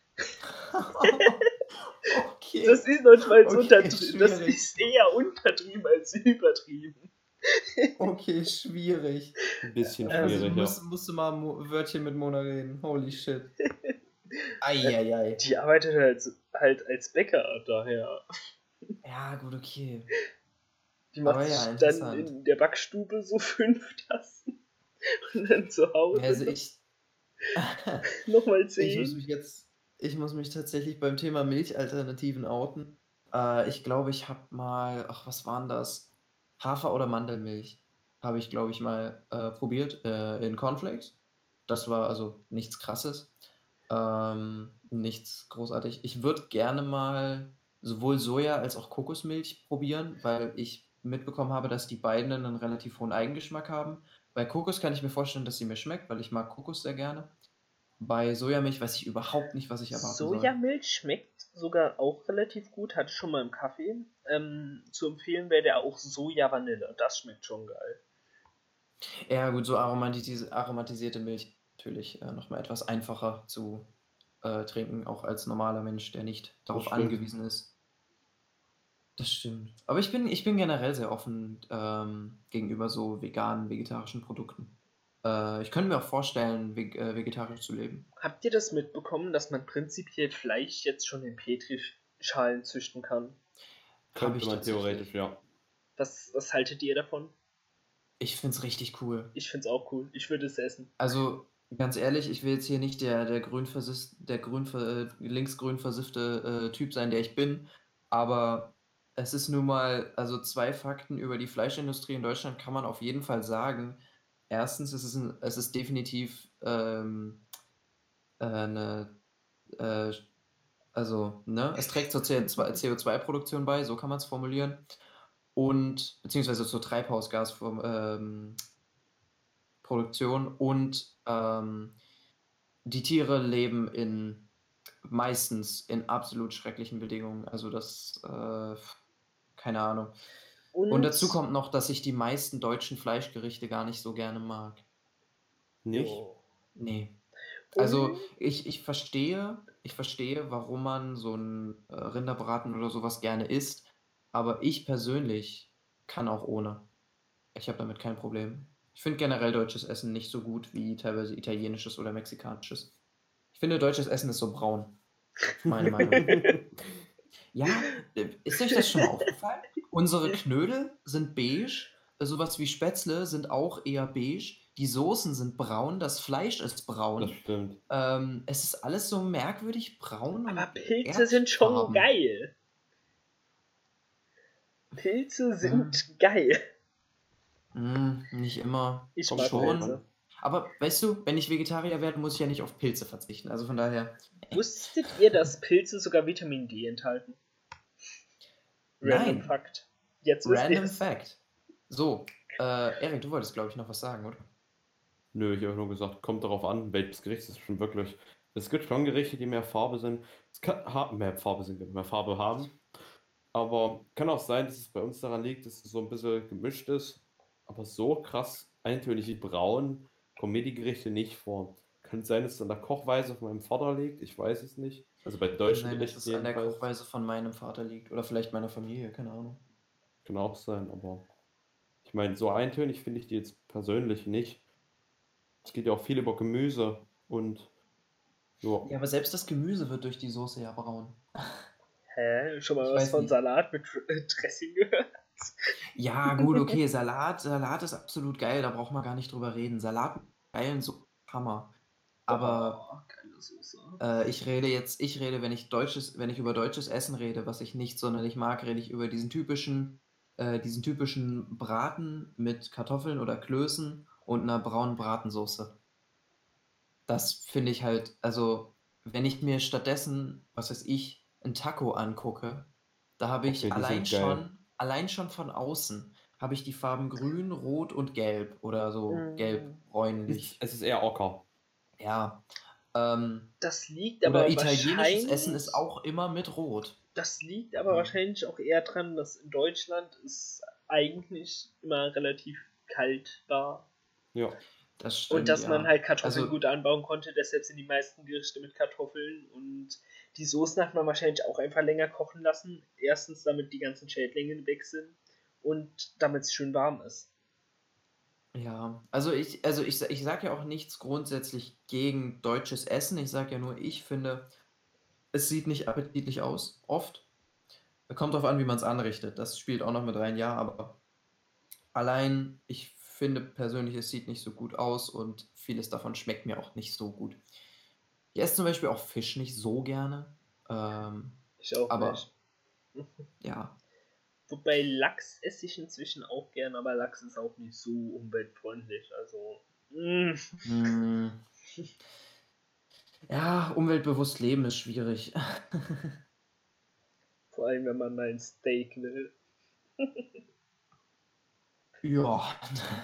Okay. Das ist manchmal Okay, unterdri das schwierig. ist eher untertrieben als übertrieben. Okay, schwierig. 'N bisschen Also, schwierig, ja. musst musst du mal 'n Mo Wörtchen mit Mona reden. Holy shit. Ei, ei, ei. Die arbeitet halt halt als Bäcker, daher. Ja, gut, okay. Die macht Aber ja, sich dann interessant. in der Backstube so fünf Tassen und dann zu Hause Also, ich noch mal ich muss zehn. mich jetzt ich muss mich tatsächlich beim Thema Milchalternativen outen. Äh, ich glaube, ich habe mal ach, was war 'n das? Hafer oder Mandelmilch habe ich, glaube ich, mal, äh, probiert, äh, in Cornflakes. Das war also nichts Krasses, ähm, nichts großartig. Ich würde gerne mal sowohl Soja als auch Kokosmilch probieren, weil ich mitbekommen habe, dass die beiden 'nen relativ hohen Eigengeschmack haben. Bei Kokos kann ich mir vorstellen, dass sie mir schmeckt, weil ich mag Kokos sehr gerne. Bei Sojamilch weiß ich überhaupt nicht, was ich erwarten soll. Sojamilch schmeckt sogar auch relativ gut, hatte ich schon mal im Kaffee. Ähm, zu empfehlen wäre der auch Soja-Vanille. Das schmeckt schon geil. Ja gut, so aromatisi aromatisierte Milch natürlich, äh, noch mal etwas einfacher zu, äh, trinken, auch als normaler Mensch, der nicht Das darauf stimmt. angewiesen ist. Das stimmt. Aber ich bin ich bin generell sehr offen, ähm, gegenüber so veganen, vegetarischen Produkten. Äh, ich könnte mir auch vorstellen, veg äh, vegetarisch zu leben. Habt ihr das mitbekommen, dass man prinzipiell Fleisch jetzt schon in Petrischalen züchten kann? Habe Könnte ich man theoretisch, tatsächlich. ja. Was, was haltet ihr davon? Ich finde es richtig cool. Ich find's auch cool. Ich würde es essen. Also, ganz ehrlich, ich will jetzt hier nicht der der grün versis der grün ver äh, linksgrün versiffte, äh, Typ sein, der ich bin, aber es ist nun mal also zwei Fakten über die Fleischindustrie in Deutschland kann man auf jeden Fall sagen. Erstens, es ist 'n es ist definitiv, ähm, äh, 'ne, äh, also, ne, es trägt zur C N zwei C O zwei Produktion bei, so kann man's formulieren. Und beziehungsweise zur Treibhausgasform ähm, Produktion und, ähm, die Tiere leben in meistens in absolut schrecklichen Bedingungen. Also, das, äh keine Ahnung. Und dazu Und, kommt noch, dass ich die meisten deutschen Fleischgerichte gar nicht so gerne mag. Nicht? jo. Ne. Also, Und, ich ich verstehe ich verstehe, warum man so 'n, äh, Rinderbraten oder so was gerne isst, aber ich persönlich kann auch ohne. Ich habe damit kein Problem. Ich finde generell deutsches Essen nicht so gut wie teilweise italienisches oder mexikanisches. Ich finde, deutsches Essen ist so braun, meine Meinung. Ja, äh, ist euch das schon mal aufgefallen? Unsere Knödel sind beige, äh, so was wie Spätzle sind auch eher beige, die Soßen sind braun, das Fleisch ist Das braun. stimmt. Ähm, es ist alles so merkwürdig braun aber und Pilze sind schon erdfarben. geil. Pilze Hm, sind geil. hm, nicht immer. Ich Kommt mag drauf Schon. Pilze. an. Aber weißt du, wenn ich Vegetarier werde, muss ich ja nicht auf Pilze verzichten. Also von daher, ne. Wusstet ihr, dass Pilze sogar Vitamin D enthalten? Random Nein, Fakt. Jetzt wisst ihr random es. fact. So, äh, Erik, du wolltest, glaube ich, noch was sagen, oder? Nö, ich habe nur gesagt, kommt darauf an, welches Gericht es schon wirklich. Es gibt schon Gerichte, die mehr Farbe sind. Es kann ha mehr Farbe sind, mehr Farbe haben. Aber kann auch sein, dass es bei uns daran liegt, dass es so ein bisschen gemischt ist. Aber so krass eintönig wie braun kommen mir die Gerichte nicht vor. Kann sein, dass es an der Kochweise von meinem Vater liegt. Ich weiß es nicht. Also bei Kann deutschen sein, dass Gerichten es an der jedenfalls. Kochweise von meinem Vater liegt oder vielleicht meiner Familie, keine Ahnung. Kann auch sein, aber ich meine, so eintönig finde ich die jetzt persönlich nicht. Es geht ja auch viel über Gemüse und ja, Ja, aber selbst das Gemüse wird durch die Soße ja braun. Hä? Schon mal Ich was weiß von nicht. Salat mit äh, Dressing gehört? Ja, gut, okay, Salat Salat ist absolut geil, da braucht man gar nicht drüber reden. Salat mit geilen Soßen, Hammer. Aber, Oh, geile Soße. äh, ich rede jetzt ich rede, wenn ich deutsches wenn ich über deutsches Essen rede, was ich nicht sonderlich mag, rede ich über diesen typischen äh, diesen typischen Braten mit Kartoffeln oder Klößen und 'ner braunen Bratensoße. Das finde ich halt also, wenn ich mir stattdessen, was weiß ich, 'n Taco angucke, da habe okay, ich die allein sind geil. schon allein schon von außen habe ich die Farben grün, rot und gelb oder so Mm, Es ist, gelb-bräunlich. es ist eher Ocker. Ja, ähm, Das liegt oder aber italienisches Essen ist wahrscheinlich. auch immer mit Rot. Das liegt aber Ähm, wahrscheinlich auch eher dran, dass in Deutschland es eigentlich immer relativ kalt war. Ja, das Und stimmt, dass man ja. halt Kartoffeln Also, gut anbauen konnte, deshalb sind die meisten Gerichte mit Kartoffeln. Und die Soßen hat man wahrscheinlich auch einfach länger kochen lassen. Erstens, damit die ganzen Schädlinge weg sind und damit es schön warm ist. ja, also ich also ich sa ich sage ja auch nichts grundsätzlich gegen deutsches Essen. Ich sage ja nur, ich finde, es sieht nicht appetitlich aus, oft. Kommt drauf an, wie man's anrichtet. Das spielt auch noch mit rein, ja, aber allein ich finde persönlich, es sieht nicht so gut aus und vieles davon schmeckt mir auch nicht so gut. Ich esse zum Beispiel auch Fisch nicht so gerne, ähm, Ich auch nicht. aber ja. Wobei Lachs esse ich inzwischen auch gern, aber Lachs ist auch nicht so umweltfreundlich. Also, mm, Hm, ja, umweltbewusst leben ist schwierig. vor allem, wenn man mal ein Steak will. Ja.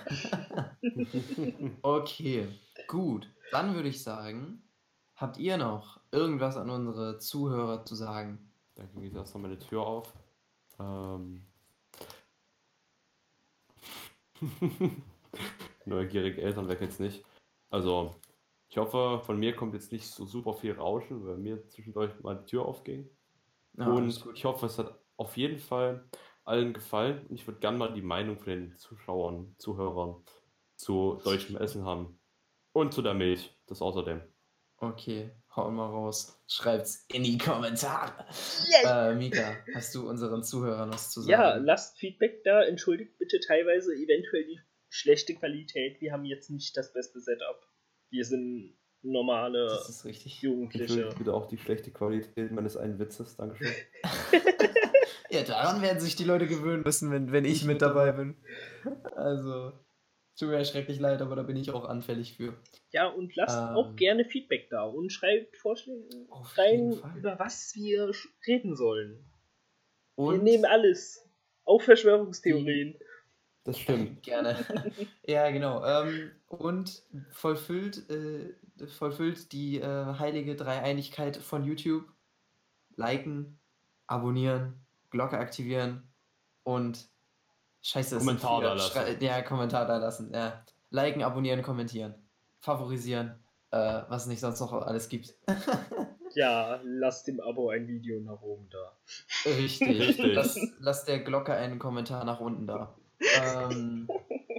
Okay, gut. Dann würde ich sagen, habt ihr noch irgendwas an unsere Zuhörer zu sagen? dann geht erstmal meine Tür auf. Ähm. neugierige Eltern, wer kennt's nicht. Also, ich hoffe, von mir kommt jetzt nicht so super viel Rauschen, weil mir zwischendurch mal die Tür aufging. Ja, alles Und gut. ich hoffe, es hat auf jeden Fall allen gefallen. Und ich würde gerne mal die Meinung von den Zuschauern, Zuhörern zu deutschem Essen haben. Und zu der Milch, das außerdem. Okay, hau mal raus. Schreibt's in die Kommentare. Yay! Äh, Mika, hast du unseren Zuhörern was zu Ja, sagen? lasst Feedback da. Entschuldigt bitte teilweise eventuell die schlechte Qualität. Wir haben jetzt nicht das beste Setup. Wir sind normale Das ist richtig. Jugendliche. Entschuldigt bitte auch die schlechte Qualität meines einen Witzes. Dankeschön. Ja, daran werden sich die Leute gewöhnen müssen, wenn, wenn ich mit dabei bin. Also, tut mir schrecklich leid, aber da bin ich auch anfällig für. Ja, und lasst Ähm, auch gerne Feedback da und schreibt Vorschläge Auf jeden rein, Fall. über was wir sch- reden sollen. Wir Und nehmen alles. Auch Verschwörungstheorien. Das stimmt. gerne. Ja, genau. Ähm, und vollfüllt, äh, vollfüllt die äh, heilige Dreieinigkeit von YouTube. Liken, abonnieren, Glocke aktivieren und Scheiße, es sind Kommentar vier. da lassen. Schrei- Ja, Kommentar da lassen. Ja. Liken, abonnieren, kommentieren. Favorisieren. Äh, was es nicht sonst noch alles gibt. Ja, lasst dem Abo ein Video nach oben da. Richtig. Richtig. Lass, lass der Glocke einen Kommentar nach unten da. Ähm,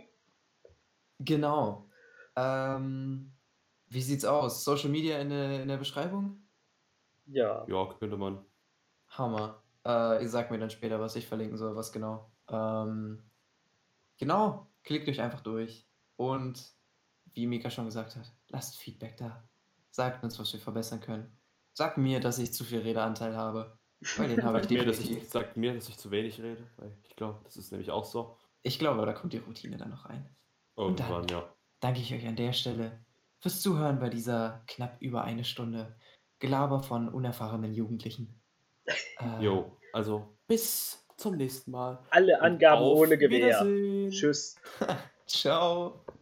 genau. Ähm, wie sieht's aus? Social Media in der, in der Beschreibung? Ja. Ja, könnte man. Hammer. Äh, ihr sagt mir dann später, was ich verlinken soll, was genau. Ähm, genau, klickt euch einfach durch. Und wie Mika schon gesagt hat, lasst Feedback da. Sagt uns, was wir verbessern können. Sagt mir, dass ich zu viel Redeanteil habe. Weil den habe ich Sagt mir, dass definitiv. ich, sagt mir, dass ich zu wenig rede, weil ich glaube, das ist nämlich auch so. Ich glaube, da kommt die Routine dann noch rein. Und Irgendwann, dann ja. danke ich euch an der Stelle fürs Zuhören bei dieser knapp über eine Stunde Gelaber von unerfahrenen Jugendlichen. Äh, Jo, also bis zum nächsten Mal. Alle Und Angaben auf ohne Gewähr. Wiedersehen. Tschüss. Ciao.